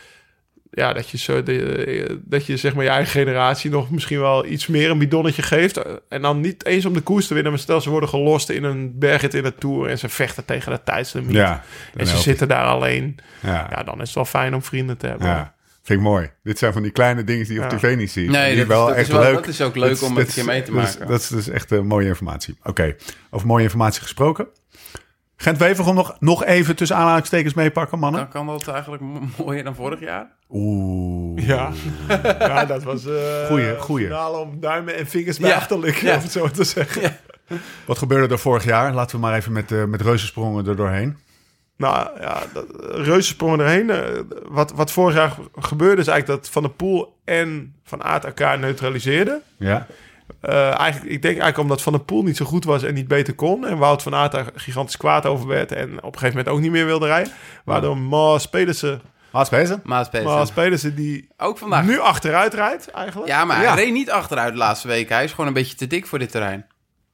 ja, dat je zo de, dat je zeg maar je eigen generatie nog misschien wel iets meer een bidonnetje geeft. En dan niet eens om de koers te winnen, maar stel ze worden gelost in een bergrit in de Tour en ze vechten tegen de tijdslimiet. Ja. en Dan ze helpt zitten daar alleen. Ja. Ja, dan is het wel fijn om vrienden te hebben. Ja. Vind ik mooi. Dit zijn van die kleine dingen die je op Ja. tv niet ziet. Nee, die dat is- wel dat is echt wel- leuk. dat is ook leuk om met dat je mee te dat is- maken. Dat is dus echt uh, mooie informatie. Oké, okay. Over mooie informatie gesproken. Gent-Wevelgem nog, nog even tussen aanhalingstekens meepakken, mannen? Dan kan dat eigenlijk mo- mooier dan vorig jaar. Oeh. Ja, ja dat was uh, Goeie, goeie. finale om duimen en vingers bij Ja. af te likken, Ja. om het zo te zeggen. Wat gebeurde er vorig jaar? Laten we maar even met, uh, met reuzensprongen er doorheen. Nou ja, dat, reuzensprongen erheen. Uh, wat, wat vorig jaar gebeurde is eigenlijk dat Van der Poel en Van Aert elkaar neutraliseerden. Ja. Uh, eigenlijk, ik denk eigenlijk omdat Van der Poel niet zo goed was en niet beter kon. En Wout van Aert daar gigantisch kwaad over werd en op een gegeven moment ook niet meer wilde rijden. Waardoor Maas Pedersen, Maas bezig? Maas Pedersen. Maas Pedersen die Ook vandaag. nu achteruit rijdt eigenlijk. Ja, maar Ja. hij reed niet achteruit de laatste week. Hij is gewoon een beetje te dik voor dit terrein.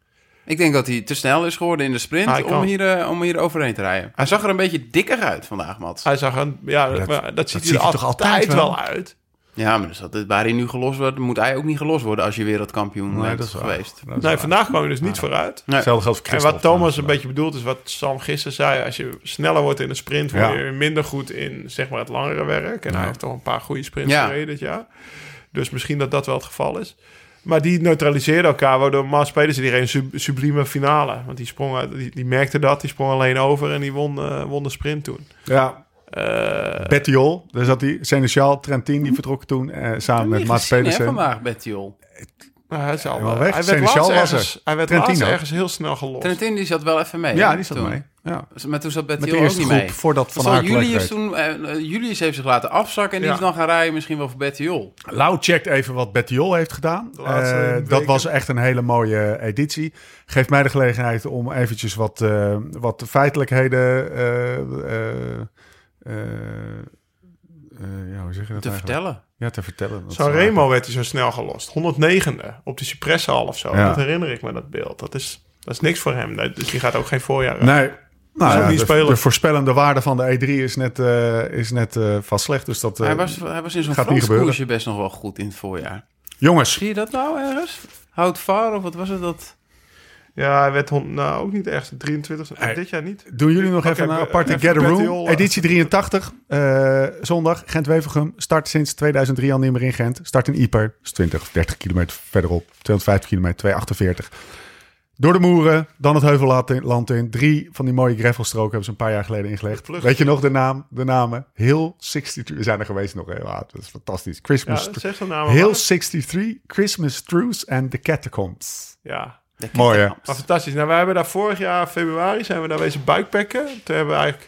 Ik denk dat hij te snel is geworden in de sprint Hij om kan. hier, uh, om hier overheen te rijden. Hij zag er een beetje dikker uit vandaag, Mats. Hij zag een... Ja, Dat- maar dat, dat ziet ziet hij er er toch altijd, altijd wel wel uit. Ja, maar dus dat, waar hij nu gelost wordt, moet hij ook niet gelost worden als je wereldkampioen Nee, bent dat is waar. geweest. Dat is Nee, waar. vandaag kwam hij dus niet vooruit. Nee. Hetzelfde geldt voor En Christophe. wat Thomas een vandaag. beetje bedoelt is wat Sam gisteren zei. Als je sneller wordt in de sprint, word Ja. je minder goed in zeg maar, het langere werk. En Ja. hij heeft toch een paar goede sprints Ja. gereden dit jaar. Dus misschien dat dat wel het geval is. Maar die neutraliseerden elkaar, waardoor normaal spelen ze die een sub- sublieme finale. Want die, sprong uit, die, die merkte dat, die sprong alleen over en die won, uh, won de sprint toen. Ja, Uh, Bettiol, daar zat hij. Seneschal, Trentin, die vertrokken toen eh, samen met Mats Pedersen. Pedersen. vandaag, Bettiol. nou, hij, is al, Helemaal uh, weg. hij werd Seneschal laatst was er. ergens, hij werd Trentino. laatst ergens heel snel gelost. Trentin die zat wel even mee. Ja, hè, die zat toen. mee. Ja. Maar toen zat Met Bettiol de ook eerste niet groep mee. voordat Van Van Aert Julius wegreed. toen, uh, Julius heeft zich laten afzakken en die Ja. is dan gaan rijden misschien wel voor Bettiol. Lau checkt even wat Bettiol heeft gedaan. De laatste Eh, weken. dat was echt een hele mooie editie. Geeft mij de gelegenheid om eventjes wat, uh, wat feitelijkheden... Uh, uh, uh, uh, ja, hoe zeg je dat Te eigenlijk? vertellen. Ja, te vertellen. Dat is Sanremo werd hij zo snel gelost. honderdnegende op de Cipressa of zo. Ja. Dat herinner ik me, dat beeld. Dat is, dat is niks voor hem. Nee, dus die gaat ook geen voorjaar. Nee. Nou, Zou ja, die de, spelen? de voorspellende waarde van de E drie is net, uh, is net uh, vast slecht. Dus dat, uh, hij, was, hij was in zo'n gaat niet Frans gebeuren. koersje best nog wel goed in het voorjaar. Jongens, Zie je dat nou ergens? Hout Vaar of wat was het dat? Ja, hij werd hond, nou, ook niet echt drieëntwintig. Nee. Dit jaar niet. doen jullie nog Oké, even een we- aparte even Get a Room. Bettiol, uh, Editie drieëntachtig, uh, zondag, Gent-Wevelgem. Start sinds tweeduizend drie al niet meer in Gent. Start in Ieper, dat is twintig of dertig kilometer verderop. tweehonderdvijftig kilometer, tweehonderdachtenveertig. Door de Moeren, dan het Heuvelland in. Drie van die mooie gravelstroken hebben ze een paar jaar geleden ingelegd. Vlucht. Weet je nog de naam, de namen? Hill zesentachtig. We zijn er geweest nog. Hè? Wow, dat is fantastisch. Ja, Christmas. zeg zo'n naam. Hill maar. zesentachtig, Christmas Truce and the Catacombs. Ja, Mooi hè? maar fantastisch. Nou, wij hebben daar vorig jaar, februari, zijn we daar wezen bikepacken. Toen hebben we eigenlijk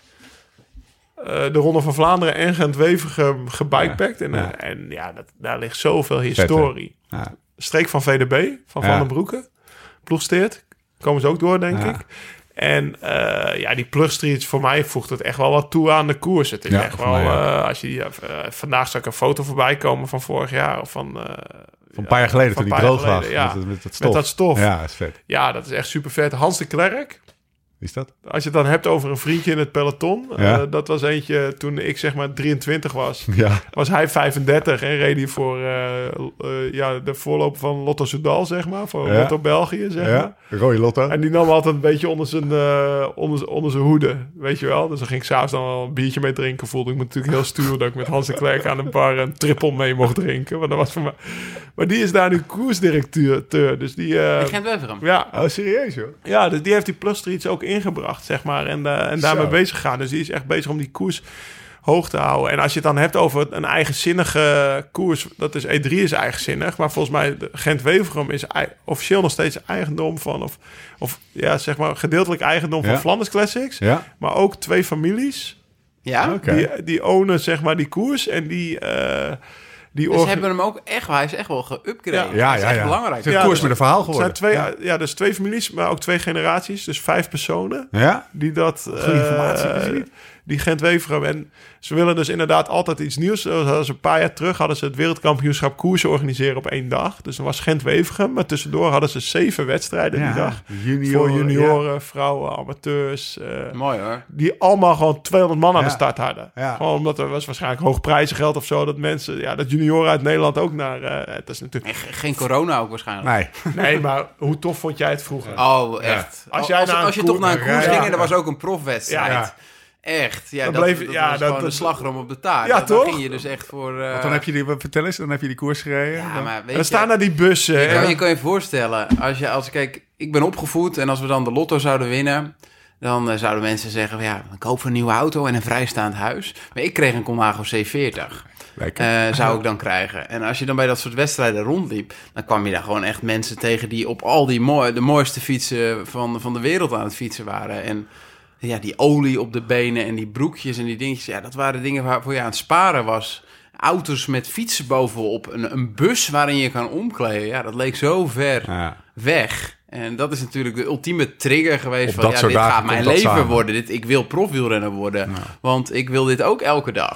uh, de Ronde van Vlaanderen en Gent-Wevelgem gebikepackt. En, Ja. uh, en ja, dat, daar ligt zoveel historie. Ja. Streek van V D B, van Ja. Van den Broeke. Ploegsteert. Komen ze ook door, denk Ja. ik. En uh, ja, die plugstreets, voor mij voegt het echt wel wat toe aan de koers. Het is Ja, echt voor wel, mij ook. uh, als je, uh, vandaag zag ik een foto voorbij komen van vorig jaar. Of van, uh, Van een paar jaar geleden van toen een die paar droog jaar lag. geleden, ja. Met, met dat stof. Met dat stof. Ja, is vet. Ja, dat is echt super vet. Hans de Klerk. Wie is dat? Als je het dan hebt over een vriendje in het peloton. Ja. Uh, dat was eentje toen ik zeg maar drieëntwintig was. Ja. Was hij vijfendertig en reed hij voor uh, uh, ja, de voorloper van Lotto Soudal, zeg maar. Voor Ja. Lotto België, zeg maar. Ja, rode Lotto. En die nam altijd een beetje onder zijn, uh, onder, onder zijn hoede, weet je wel. Dus dan ging ik s'avonds dan wel een biertje mee drinken. Voelde ik me natuurlijk heel stuur dat ik met Hans de Klerk aan de bar een trippel mee mocht drinken. Want dat was voor mij... Maar die is daar nu koersdirecteur. Dus die... Uh, In Gent-Wevelgem. ja, Oh, serieus joh? ja, dus die heeft die Plus-streets ook ingebracht, zeg maar. En, uh, en daarmee Zo. bezig gegaan. Dus die is echt bezig om die koers hoog te houden. En als je het dan hebt over een eigenzinnige koers... Dat is E drie is eigenzinnig. Maar volgens mij de Gent-Wevelgem is ei- officieel nog steeds eigendom van... Of, of ja, zeg maar gedeeltelijk eigendom van Ja. Flanders Classics. Ja. Maar ook twee families. Ja? Oké. Die, die ownen zeg maar die koers. En die... Uh, die Dus ze orga- hebben hem ook echt, hij is echt wel geüpgraded. Ja. Ja, dat is ja, echt ja. belangrijk. Het is Ja, een koers dus- met een verhaal Het zijn geworden. twee, ja. dus twee families, maar ook twee generaties. Dus vijf personen. Ja? Die dat... Goede eh, informatie, is het niet? die Gent-Wevelgem. En ze willen dus inderdaad altijd iets nieuws. Zoals hadden ze een paar jaar terug hadden ze het wereldkampioenschap koersen organiseren op één dag. Dus dan was Gent-Wevelgem. Maar tussendoor hadden ze zeven wedstrijden die dag. Junior, Voor junioren, vrouwen, amateurs. eh, Mooi hoor. die allemaal gewoon tweehonderd man aan Ja. de start hadden. Ja. Gewoon omdat er was waarschijnlijk hoog prijzengeld of zo. Dat mensen, ja, dat junioren uit Nederland ook naar... eh het is natuurlijk... En ge- geen corona ook waarschijnlijk. Nee. Nee, maar hoe tof vond jij het vroeger? Oh, echt. Als Als, jij als, naar een als je koer- toch naar een koers Ja. ging en er was ook een profwedstrijd. Ja. Echt. Ja, Dan dat, bleef- dat ja, was dat- gewoon dat- de slagroom op de taart. Ja, Dan- Dan toch? ging je dus echt voor... eh, Want dan heb je die, vertel eens, dan heb je die koers gereden. Ja, Dan- maar weet Er je... staan daar die bussen. Je kan, hè? je kan je voorstellen, als je, als kijk, ik ben opgevoed en als we dan de lotto zouden winnen, dan uh, zouden mensen zeggen, ja, ik koop een nieuwe auto en een vrijstaand huis. Maar ik kreeg een Colnago C veertig, Lekker. uh, zou ik dan krijgen. En als je dan bij dat soort wedstrijden rondliep, dan kwam je daar gewoon echt mensen tegen die op al die mooi, de mooiste fietsen van, van de wereld aan het fietsen waren. En ja, die olie op de benen en die broekjes en die dingetjes, ja, dat waren dingen waarvoor je aan het sparen was. Auto's met fietsen bovenop, een, een bus waarin je kan omkleden. Ja, dat leek zo ver Ja. weg. En dat is natuurlijk de ultieme trigger geweest Op van... dat ja, soort dit dagen gaat mijn komt dat leven samen. worden. Dit, ik wil profwielrenner worden. Want ik wil dit ook elke dag.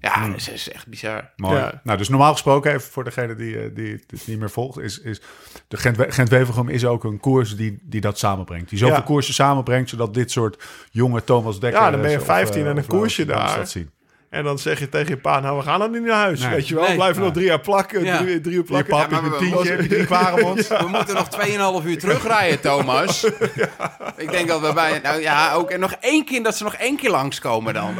Ja, dat is echt bizar. Mooi. Ja. Nou, dus normaal gesproken, even voor degene die, uh, die het niet meer volgt, is, is de Gent- Gent-Wevelgem is ook een koers die, die dat samenbrengt. Die zoveel Ja. koersen samenbrengt, zodat dit soort jonge Thomas Dekker... Ja, dan ben je of, vijftien uh, en een of koersje Laurens daar. dat zien. En dan zeg je tegen je pa, nou, we gaan dan niet naar huis. Nee. Weet je wel, we Nee. blijven nog Nee. drie jaar plakken. Ja. Drie, drie uur Je plakken. pap Ja, in maar een we- tientje, we- drie Quaremont. We moeten nog tweeënhalf uur terugrijden, Thomas. Ik denk dat we bij... Nou ja, ook en nog één keer, dat ze nog één keer langskomen dan.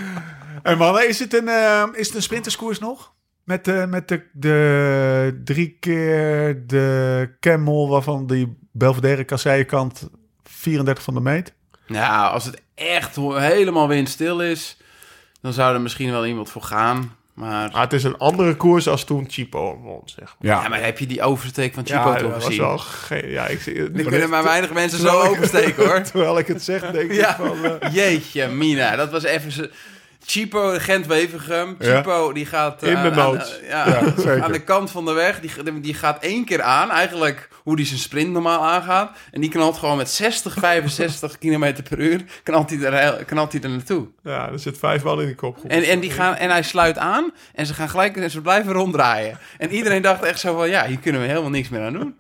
En mannen, is het een, uh, is het een sprinterskoers nog? Met, uh, met de, de drie keer de Camel, waarvan die Belvedere kasseienkant vierendertig van de meet? Nou, als het echt helemaal windstil is, dan zou er misschien wel iemand voor gaan. Maar, Maar het is een andere koers als toen Chipo won, zeg maar. Ja, ja, maar heb je die oversteek van Chico Ja, toch dat was gezien? wel geen... Ja, ik, zie- Er kunnen maar weinig mensen zo Terwijl ik- oversteken, hoor. Terwijl ik het zeg, denk ik Ja, van... uh, jeetje, Mina. Dat was even... zo- Chipo, Gent-Wevelgem. Ja. Chipo, die gaat... eh, In de aan- nood. aan- ja, Ja, zeker. aan de kant van de weg. Die, die gaat één keer aan. Eigenlijk hoe die zijn sprint normaal aangaat. En die knalt gewoon met zestig, vijfenzestig kilometer per uur. Knalt hij er, knalt hij er naartoe. ja, er zit vijf man in die kop. En, en, die gaan, en hij sluit aan. En ze gaan gelijk... En ze blijven ronddraaien. En iedereen dacht echt zo van... Ja, hier kunnen we helemaal niks meer aan doen.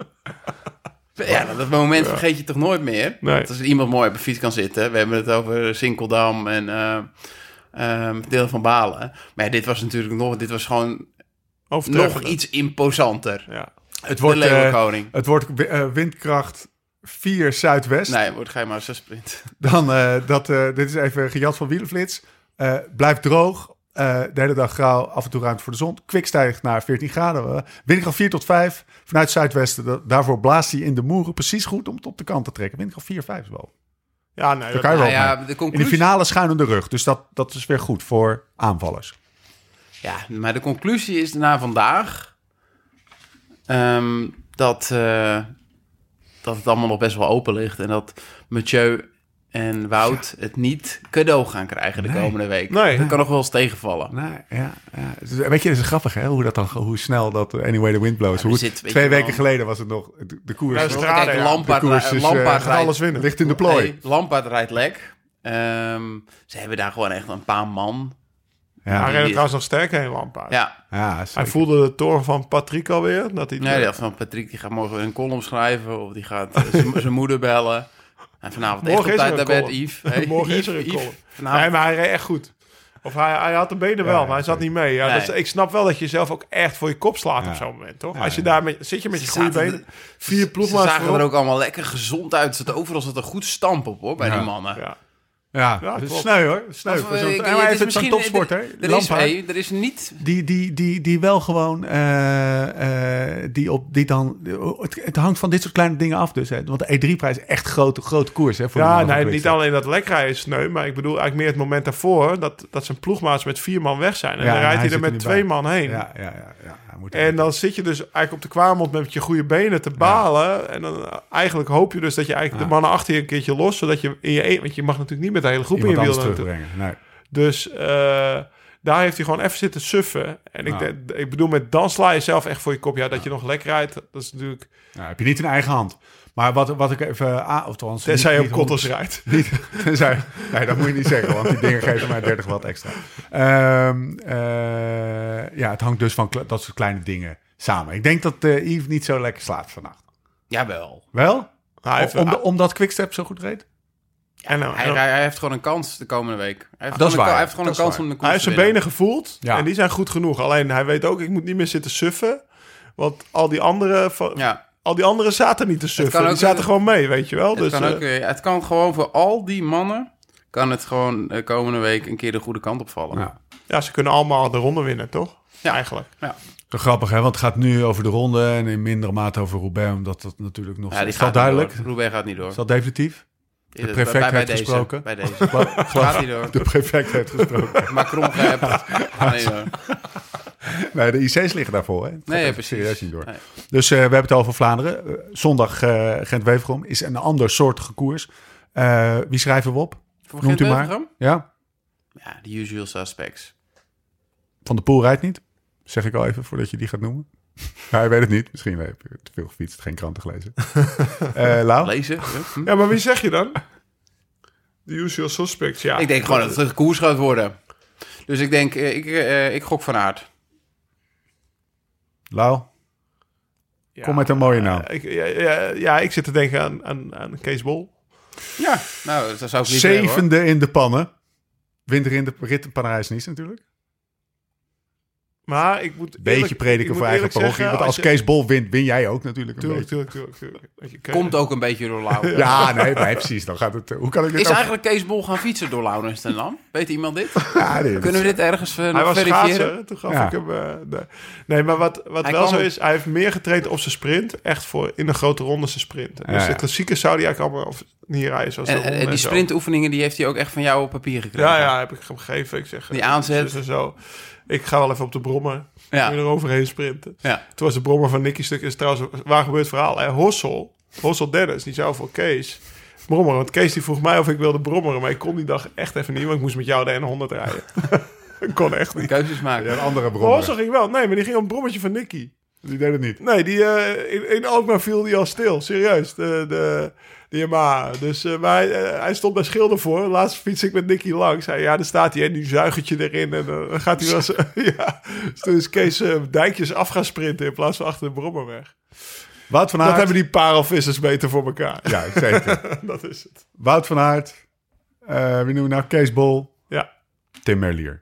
Ja, dat moment vergeet je toch nooit meer. Nee. Dat als iemand mooi op een fiets kan zitten. We hebben het over Sinkeldam en uh, um, deel van Balen. Maar ja, dit was natuurlijk nog... Dit was gewoon nog Overtreffend. iets imposanter. Ja. het wordt, de uh, Leeuwenkoning. het wordt uh, windkracht vier zuidwest. Nee, wordt geen maar zes sprint. Dan, uh, dat, uh, dit is even gejat van Wielenflits. Uh, blijft droog. Uh, de hele dag grauw, af en toe ruimte voor de zon. Kwik stijgt naar veertien graden. Windkracht vier tot vijf. Vanuit zuidwesten. Da- daarvoor blaast hij in de moeren precies goed om het op de kant te trekken. Windkracht vier, vijf is wel. Ja, nee, Daar dat, kan je wel Nou ja, mee. de In conclusie... de finale schuin de rug. Dus dat, dat is weer goed voor aanvallers. Ja, maar de conclusie is na vandaag... Um, dat, uh, dat het allemaal nog best wel open ligt. En dat Mathieu en Wout ja. het niet cadeau gaan krijgen de Nee. komende week. Nee. Dat kan nog wel eens tegenvallen. Nee, ja, ja. Weet je, het is grappig hè, hoe, dat dan, hoe snel dat Anyway the Wind blows. Ja, hoe, zit, weet twee je wel. weken geleden was het nog de, de koers. Ja, de Strade, Kijk, ja. Lampaard, koers is, Lampaard uh, rijdt alles winnen. ligt in de plooi. Nee, Lampaard rijdt lek. Um, ze hebben daar gewoon echt een paar man. Hij Ja, reed er trouwens nog sterk heen, Lampaard. Ja, ja, Hij zeker. voelde de toren van Patrick alweer. Dat hij nee, die dacht van Patrick die gaat morgen een column schrijven. Of die gaat uh, zijn- zijn moeder bellen. En vanavond Morgen echt is op er tijd een naar bed, column. Yves. Hey, Morgen is Yves, er een Yves, column. vanavond- Nee, maar hij reed echt goed. Of hij, hij had de benen wel, Ja, maar hij zat zeker. niet mee. Ja, Nee. dat is- ik snap wel dat je jezelf ook echt voor je kop slaat Ja. op zo'n moment, toch? Ja, Als je ja. daar met, zit je met je Ze goede zaten- benen, vier Ze ploegmaats zagen er voorop. ook allemaal lekker gezond uit. Zat overal zat een goed stamp op, hoor, bij Ja. die mannen. Ja. Ja, Ja, het is klopt. sneu hoor. Sneu. Of, Voor eh, zo'n- ik- Ja, het maar is even zo'n misschien- topsporter. Er is, Lampaard. hey, er is niet... Die, die, die, die wel gewoon, eh, eh, die op, die dan, het, het hangt van dit soort kleine dingen af dus. Hè. Want de E drie prijs is echt grote, grote koers. Hè, voor de Ja, mannen van nee, niet Quickstep. alleen dat lekrijden is sneu, maar ik bedoel eigenlijk meer het moment daarvoor dat, dat zijn ploegmaats met vier man weg zijn. En Ja, dan en rijdt hij hij er zit er met niet twee bij. man heen. Ja, ja, ja. ja. Hij moet En dan zit je dus eigenlijk op de kwaarmond met je goede benen te balen. En dan uh, eigenlijk hoop je dus dat je eigenlijk Ja. de mannen achter je een keertje los, zodat je in je een, want je mag natuurlijk niet met de hele groep iemand in je anders wiel naartoe. terugbrengen. Nee. Dus uh, daar heeft hij gewoon even zitten suffen. En ik, Ja. de- ik bedoel, met dan sla je zelf echt voor je kop. Ja, dat je nog lekker rijdt, dat is natuurlijk... Nou, heb je niet in eigen hand. Maar wat, wat ik even aan... Of althans, Tenzij je niet- op niet kotters honderd- rijdt. Niet, tenzij, nee, dat moet je niet zeggen, want die dingen geven mij dertig watt extra. Ehm, eh, ja, het hangt dus van kle- dat soort kleine dingen samen. Ik denk dat uh, Yves niet zo lekker slaapt vannacht. Jawel. Wel? Hij heeft, Om, omdat Quickstep zo goed reed? en, uh, Hij, hij, hij heeft gewoon een kans de komende week. Hij heeft Dat is gewoon een, waar. Hij heeft gewoon Dat een is kans waar. om de koers hij heeft te zijn winnen. benen gevoeld Ja. en die zijn goed genoeg. Alleen hij weet ook, ik moet niet meer zitten suffen. Want al die anderen, van- Ja, al die anderen zaten niet te suffen. kan Die ook- zaten gewoon mee, weet je wel. het, Dus, kan uh, ook, weer- het kan gewoon voor al die mannen... kan het gewoon de komende week een keer de goede kant opvallen. Ja. ja, ze kunnen allemaal de ronde winnen, toch? Ja. Eigenlijk. Zo grappig, hè? Want het gaat nu over de ronde en in mindere mate over Roubaix, omdat dat natuurlijk nog... Ja, die is dat gaat duidelijk? niet door. Roubaix gaat niet door. Is dat definitief? De prefect bij, bij heeft deze, gesproken. Bij deze. Gaat niet door. De prefect heeft gesproken. Macron gehebt. Gaat niet door. Nee, de I C's liggen daarvoor, hè? Het gaat Nee, even precies. serieus niet door. Nee. Dus uh, we hebben het over Vlaanderen. Uh, zondag uh, Gent-Wevelgem is een ander soortige koers. Uh, wie schrijven we op? Voor Noemt u maar. Gent-Wevelgem? Ja? Ja, de usual suspects. Van de Poel rijdt niet. Zeg ik al even, voordat je die gaat noemen. Ja, hij weet het niet. Misschien heb je te veel gefietst, geen kranten gelezen. uh, Lau? Lezen. Hm? Ja, maar wie zeg je dan? De usual suspects, ja. Ik denk gewoon dat het een koers gaat worden. Dus ik denk, uh, ik, uh, ik gok Van Aert. Lau? Ja, Kom met een mooie naam. Uh, ik, ja, ja, ja, ik zit te denken aan, aan, aan Kees Bol. Ja, nou, dat zou ik niet Zevende hebben, in de pannen. Wint er in de rit in Parijs-Nice natuurlijk. Maar ik moet Beetje eerlijk, prediken ik voor moet eigen parochie. zeggen, Want als je- Kees Bol wint, win jij ook natuurlijk een Tuurlijk, beetje. tuurlijk, tuurlijk, tuurlijk. Dat je- Komt ook een beetje door Lau. Ja, nee, maar precies. Dan gaat het... Hoe kan ik dit Is ook- eigenlijk Kees Bol gaan fietsen door Laurens ten Dam? Weet iemand dit? Ja, nee, dat Kunnen we dit ergens uh, Hij nog was verifiëren? schaatser, toen gaf Ja. ik hem... uh, de... Nee, maar wat, wat Hij wel kwam zo op- is, hij heeft meer getraind op zijn sprint. Echt voor in de grote ronde zijn sprint. Dus Ja, ja. de klassiekers zou hij eigenlijk allemaal of, niet rijden. Zoals En, de en, ronde en die zo. sprintoefeningen die heeft hij ook echt van jou op papier gekregen? Ja, ja, heb ik hem gegeven. Ik zeg, Die eh, aanzet. zus en zo. Ik ga wel even op de brommer. Ja. En er overheen sprinten. Ja. Toen was de brommer van Nicky stuk. Is trouwens een waar gebeurd verhaal. En Hossel, Hossel Dennis, die zou voor Kees brommer. Want Kees die vroeg mij of ik wilde brommeren. Maar ik kon die dag echt even niet. Want ik moest met jou de N honderd rijden. Ik kon echt niet. Keuzes maken. Ja, een andere Maar bron. Hossel ging wel. Nee, maar die ging op het brommetje van Nicky. Die deed het niet. Nee, die, uh, in, in Alkmaar viel die al stil. Serieus. De, de, de Yamaha. Dus uh, maar hij, uh, hij stond bij Schilder voor. Laatst fiets ik met Nicky langs. Hij, ja, daar staat hij. En die zuigertje erin. En uh, dan gaat hij wel eens... ja. Dus toen is Kees uh, dijkjes af gaan sprinten in plaats van achter de brommer weg. Wout van Dat Aert. hebben die parelvissers beter voor elkaar. Ja, zeker. Dat is het. Wout van Aert. Uh, wie noemen we nou? Kees Bol. Ja. Tim Merlier.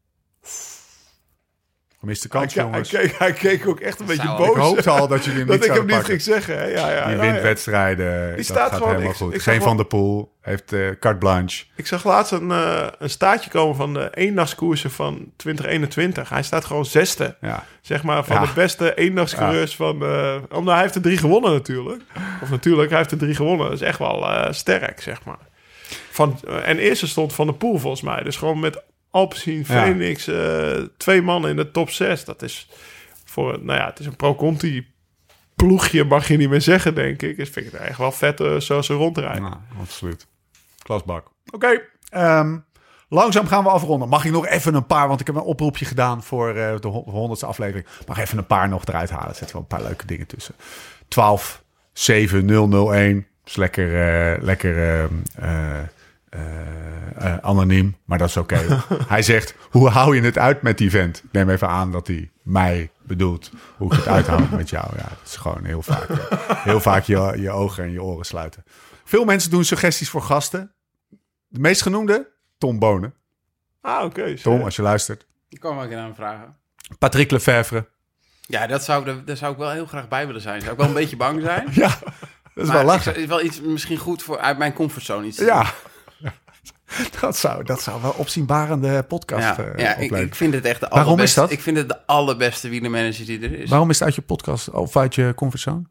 Gemiste Hij, kans, ke- hij, jongens. keek, hij keek ook echt een beetje Zou- boos. Ik hoopte al dat jullie hem dat niet ik hem zouden niet pakken. ging zeggen. Hè? Ja, ja, Die ja, wint ja. wedstrijden. dat staat gaat gewoon- helemaal ik- goed. ik zag Geen wel- Van der Poel. Heeft uh, carte blanche. Ik zag laatst een, uh, een staartje komen van de eendagskoersen van twintig eenentwintig. Hij staat gewoon zesde. Ja. Zeg maar van Ja. de beste eendagscoureurs van... Uh, omdat hij heeft er drie gewonnen natuurlijk. Of natuurlijk, hij heeft er drie gewonnen. Dat is echt wel uh, sterk, zeg maar. Van, uh, en eerste stond Van der Poel volgens mij. Dus gewoon met Alpecin, Ja. Phoenix, uh, twee mannen in de top zes. Dat is voor... Nou ja, het is een pro-conti ploegje, mag je niet meer zeggen, denk ik. Dus vind ik het echt wel vet uh, zoals ze rondrijden. Nou, absoluut. Klasbak. Oké. Okay, um, langzaam gaan we afronden. Mag ik nog even een paar, want ik heb een oproepje gedaan voor uh, de honderdste aflevering. Mag even een paar nog eruit halen. Er zitten wel een paar leuke dingen tussen. twaalf zeven nul nul één. Is lekker, uh, lekker uh, uh, uh, uh, anoniem, maar dat is oké. Okay. Hij zegt, hoe hou je het uit met die vent? Ik neem even aan dat hij mij bedoelt. Hoe ik het uithoud met jou. Ja, dat is gewoon heel vaak. Uh, heel vaak je, je ogen en je oren sluiten. Veel mensen doen suggesties voor gasten. De meest genoemde, Tom Bonen. Ah, oké. Okay, Tom, als je luistert. Ik kan wel een keer aan hem vragen. Patrick Lefevre. Ja, dat zou, daar, daar zou ik wel heel graag bij willen zijn. Zou ik wel een beetje bang zijn. Ja, dat is Maar wel lachen. Het is wel iets misschien goed voor uit mijn comfortzone. Iets te Ja, dat zou, dat zou wel opzienbarende podcast ja, uh, ja ik, ik vind het echt de Waarom allerbeste. is dat? Ik vind het de allerbeste wielermanager die er is. Waarom is het uit je podcast of uit je comfortzone?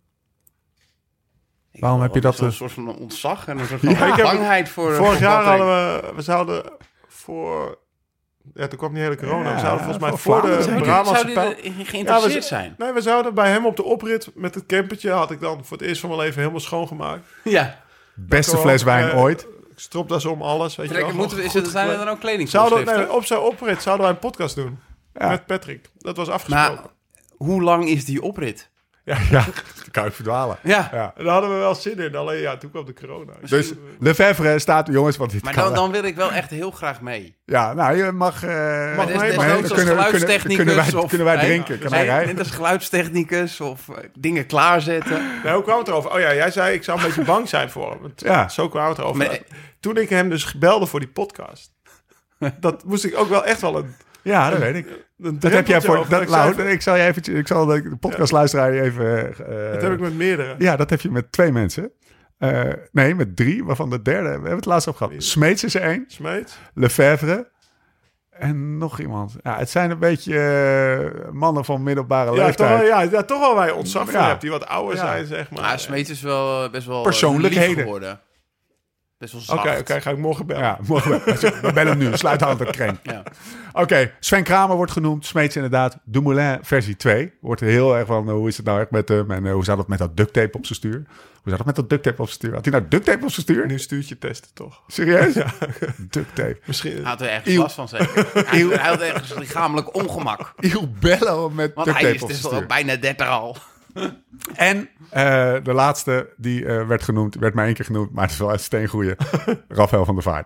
Ik Waarom wil heb je wel dat, Een uh... soort van ontzag en een soort van Ja, ik heb- bangheid voor... Vorig voor jaar Patrick. hadden we... We zouden voor... Ja, toen kwam die hele corona. Ja, we zouden volgens mij voor voor de Vlaanderen. Brabantse Zou die pijl... er geïnteresseerd Ja, we- zijn? Nee, we zouden bij hem op de oprit met het campertje... had ik dan voor het eerst van mijn leven helemaal schoongemaakt. Ja. Beste Gewoon, fles wijn eh, ooit. Stropdas om alles, weet je Trekken, wel. moeten we, is Goed het, zijn er gekleed. dan ook Zouden, kledingvoorschriften? nee, op zijn oprit zouden wij een podcast doen. Ja. Met Patrick. Dat was afgesproken. Maar hoe lang is die oprit? ja, Ja, dan kan ik verdwalen. Ja, Ja. en daar hadden we wel zin in. Alleen ja, toen kwam de corona. Dus Lefevre staat, jongens, want dit maar kan dan, wel. dan wil ik wel echt heel graag mee. Ja, nou, je mag... Uh, Mag Des- mee, desnoods maar als kunnen, kunnen, geluidstechnicus kunnen wij, of- kunnen wij nee, drinken? Kan nee, hij rijden? net als geluidstechnicus of uh, dingen klaarzetten. Nee, hoe kwam het erover? Oh ja, jij zei ik zou een beetje bang zijn voor hem. Want Ja. Zo kwam het erover. Maar- Toen ik hem dus belde voor die podcast... dat moest ik ook wel echt wel een... Ja, dat weet ik. een Dat heb jij voor... over. Dat, Ik zei Lau, van- ik zal je even... Ik zal de podcastluisteraar even... Uh, dat heb ik met meerdere. Ja, dat heb je met twee mensen. Uh, nee, met drie, waarvan de derde... We hebben het laatst op gehad. Smeets is er één. Smeet. Lefevre. En nog iemand. Ja, het zijn een beetje uh, mannen van middelbare Ja, toch leeftijd. wel, ja, ja, toch wel waar je ontzag voor Ja. hebt. Die wat ouder Ja. zijn, zeg maar. Maar Smeet is wel best wel Persoonlijkheden. lief geworden. Best wel Oké, zacht. oké, ga ik morgen bellen. Ja, morgen. We bellen hem nu. Sluit aan het kreng. Ja. Oké, okay, Sven Kramer wordt genoemd. Smeets inderdaad. Dumoulin versie twee. Wordt er heel erg van, uh, hoe is het nou echt met hem? En uh, hoe zat het met dat duct tape op zijn stuur? Hoe zat het met dat duct tape op zijn stuur? Had hij nou duct tape op zijn stuur? Nu stuurtje testen, toch? Serieus? Ja. Duct tape. Misschien... Hij had er ergens last van, zeker. Hij, hij had ergens lichamelijk ongemak. Il Bello met Want duct hij tape is op dus zijn al stuur. bijna dertig al. En uh, de laatste die uh, werd genoemd, werd maar één keer genoemd, maar het is wel een steengoeie. Rafael van der Vaart.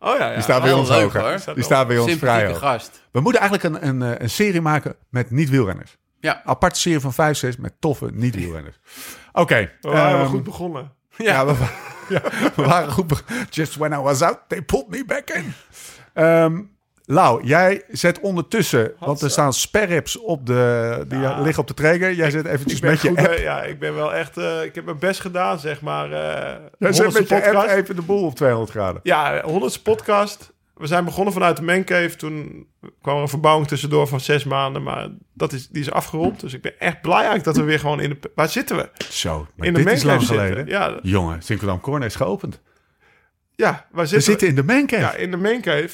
Oh ja, ja. Die staat bij Wel ons leuk, hoog. hè? hoor. Die staat bij ons vrij Sympathieke hoog. gast. We moeten eigenlijk een, een, een serie maken met niet-wielrenners. Ja. Aparte serie van vijf, zes met toffe niet-wielrenners. Oké. Okay, We waren um, goed begonnen. Ja, we, ja, we waren goed begonnen. Just when I was out, they pulled me back in. Um, Lau, jij zet ondertussen, want er staan sperrips op de, die Ja. liggen op de trailer. Jij zet eventjes Ik ben met je goed, app. eh, ja, ik ben wel echt... Uh, ik heb mijn best gedaan, zeg maar. Uh, Jij zet met je app podcast. even de boel op tweehonderd graden. Ja, honderdste podcast. We zijn begonnen vanuit de Mancave. Toen kwam er een verbouwing tussendoor van zes maanden. Maar dat is, die is afgerond. Dus ik ben echt blij eigenlijk dat we weer gewoon in de... Waar zitten we? Zo, maar In de dit is Mancave lang zitten. geleden. Ja, Jongen, Sinkeldam Corner is geopend. ja, waar We zitten zitten in de mancave. Ja, in de Mancave.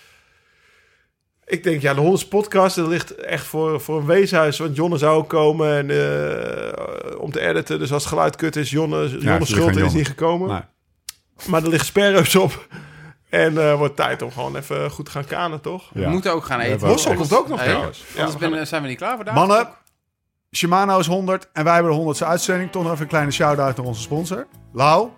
Ik denk, ja, de honderdste podcast, dat ligt echt voor, voor een weeshuis. Want Jonne zou ook komen en, uh, om te editen. Dus als het geluid kut is, Jonne, het Jonne ligt schuld aan is Jonne. niet gekomen. Nee. Maar er liggen sperrups op. En uh, wordt tijd om gewoon even goed te gaan kanen, toch? We Ja. moeten ook gaan We eten. hebben Hossel Anders- komt ook nog Hey, trouwens. Ja, Anders we ben, zijn we niet klaar voor daar. Mannen, Shimano is honderd en wij hebben de honderdste uitzending. Toch nog even een kleine shout-out naar onze sponsor. Lau.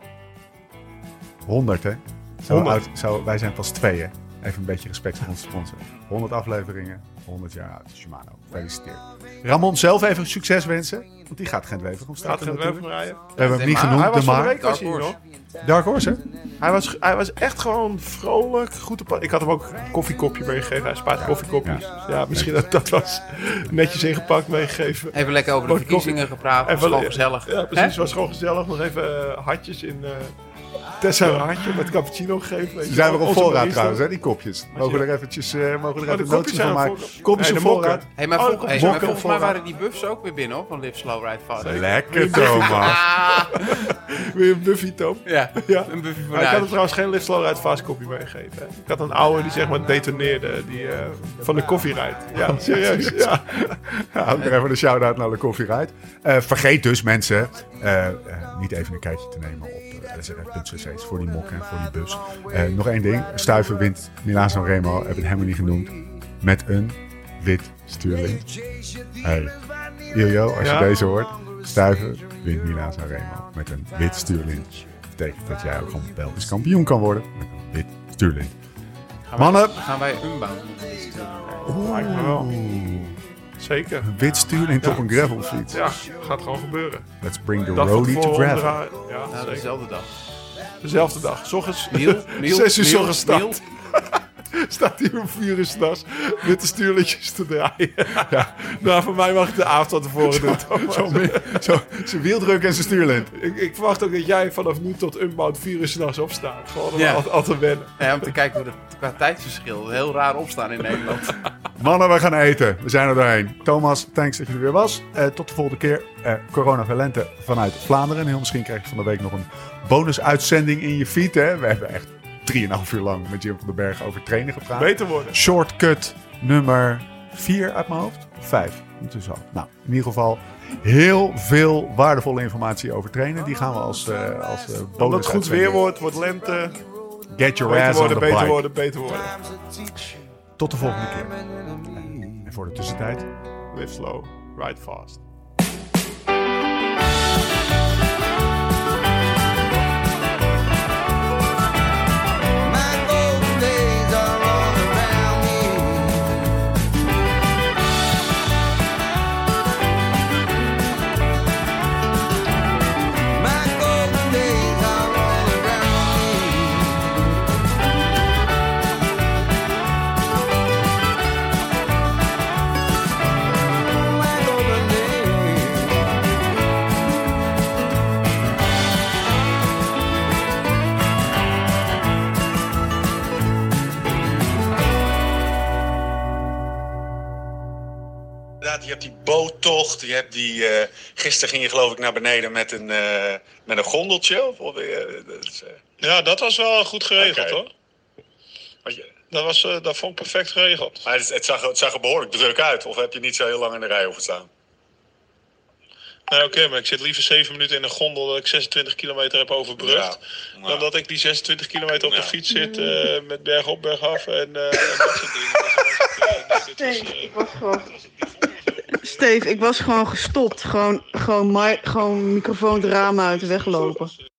honderd, hè? Zo honderd. Oud, zo, wij zijn pas twee, hè? Even een beetje respect voor onze sponsor. honderd afleveringen, honderd jaar oud. Shimano, gefeliciteerd. Ramon zelf even succes wensen. Want die gaat geen wever Gaat omstaan. geen weven rijden. We hebben hem niet Maar genoemd, Hij was de van de maar. week was hij Dark nog. Dark Horse, hè? Hij was, hij was echt gewoon vrolijk, goed op. Ik had hem ook een koffiekopje meegegeven. Hij spaart koffiekopjes. Ja, ja misschien dat dat was netjes ingepakt meegegeven. Even lekker over de Wordt verkiezingen gepraat. Dat Even- was gewoon gezellig. Ja, precies. Het was gewoon gezellig. Nog even uh, hartjes in... Uh, Tessa een hartje met cappuccino gegeven. weet Ze je zijn wel. weer op Onze voorraad barista. trouwens, hè, die kopjes. Mogen we er eventjes, uh, mogen we er Oh, de even een kopjes nootje zijn van er maken. voor- Kopjes Nee, op de mokken. voorraad. Hey, maar, Oh, volg- de hey, mokken maar volgens mij voorraad. waren die buffs ook weer binnen, hoor, van Live Slow Ride Fast. Lekker, Thomas. Weer een Buffy, Tom. Ja, Ja. een buffy Maar ik had hem vanuit. trouwens geen Live Slow Ride Fast kopje meegegeven. Hè. Ik had een oude die zeg maar detoneerde. Die uh, van de koffie rijdt. Ja, serieus. Ja. Ja, ook nog even een shout-out naar de Coffee Ride. Uh, vergeet dus mensen uh, uh, niet even een kijkje te nemen op uh, s r f punt c c's voor die mokken en voor die bus. Uh, nog één ding. Stuiven wint Milaan San Remo. Heb het helemaal niet genoemd. Met een wit stuurlint. Hey, Iljo, als Ja? je deze hoort. Stuiven wint Milaan San Remo. Met een wit stuurlint. Dat betekent dat jij ook gewoon Belgisch kampioen kan worden. Met een wit stuurlint. Gaan wij- Mannen. Gaan wij unbound doen? Lijkt me wel. Zeker. Een wit stuurlint op een gravelfiets. Ja, gaat gewoon gebeuren. Let's bring the Dag van roadie to tevoren gravel. omdraaien. Ja, Nou, zeker. dezelfde dag. Dezelfde dag. 's ochtends. Niel, Niel, Zes uur 's Niel, ochtends Niel. start. Staat hier een vuur in s'nachts met de stuurletjes te draaien. Ja. Nou, voor mij mag ik de avond van tevoren doen. Zo, zo, zijn wieldruk en zijn stuurlint. Ik, ik verwacht ook dat jij vanaf nu tot Unbound vier uur s'nachts opstaat. Gewoon om Ja. al, al te wennen. Ja, om te kijken hoe dat qua tijdsverschil heel raar opstaan in Nederland. Mannen, we gaan eten. We zijn er doorheen. Thomas, thanks dat je er weer was. Uh, tot de volgende keer. Uh, Corona Valente vanuit Vlaanderen. En heel misschien krijg je van de week nog een bonusuitzending in je feed. Hè? We hebben echt drieënhalf uur lang met Jim van den Berg over trainen gepraat. Beter worden. Shortcut nummer vier uit mijn hoofd. Vijf. Ondertussen al. Nou, in ieder geval heel veel waardevolle informatie over trainen. Die gaan we als, uh, als uh, bonus Omdat het goed weer wordt, wordt lente. Get your Beter ass on worden, the beter bike. worden, beter worden. Tot de volgende keer. En voor de tussentijd... Live slow, ride fast. My golden days are all around me. My golden days are all around me. My golden days. Inderdaad, je hebt die boottocht. Je hebt die. eh, gisteren ging je geloof ik naar beneden met een, eh, met een gondeltje. Of, of, eh, dat is, eh, Ja, dat was wel goed geregeld Oké. hoor. want je- Dat, was, eh, dat vond ik perfect geregeld. maar het, het, zag, het zag er behoorlijk druk uit. Of heb je niet zo heel lang in de rij hoeven staan? Nee, oké, maar ik zit liever zeven minuten in een gondel dat ik zesentwintig kilometer heb overbrugd. Ja. Dan dat ik die zesentwintig kilometer op de Ja. fiets zit eh, met berg op, berg af en, eh, en dat soort dingen. Dus dan was het, eh, nee, dit was, Steve, eh, ik was gewoon... Steve, ik was gewoon gestopt. Gewoon, gewoon, mi- gewoon microfoon het raam uit en weglopen.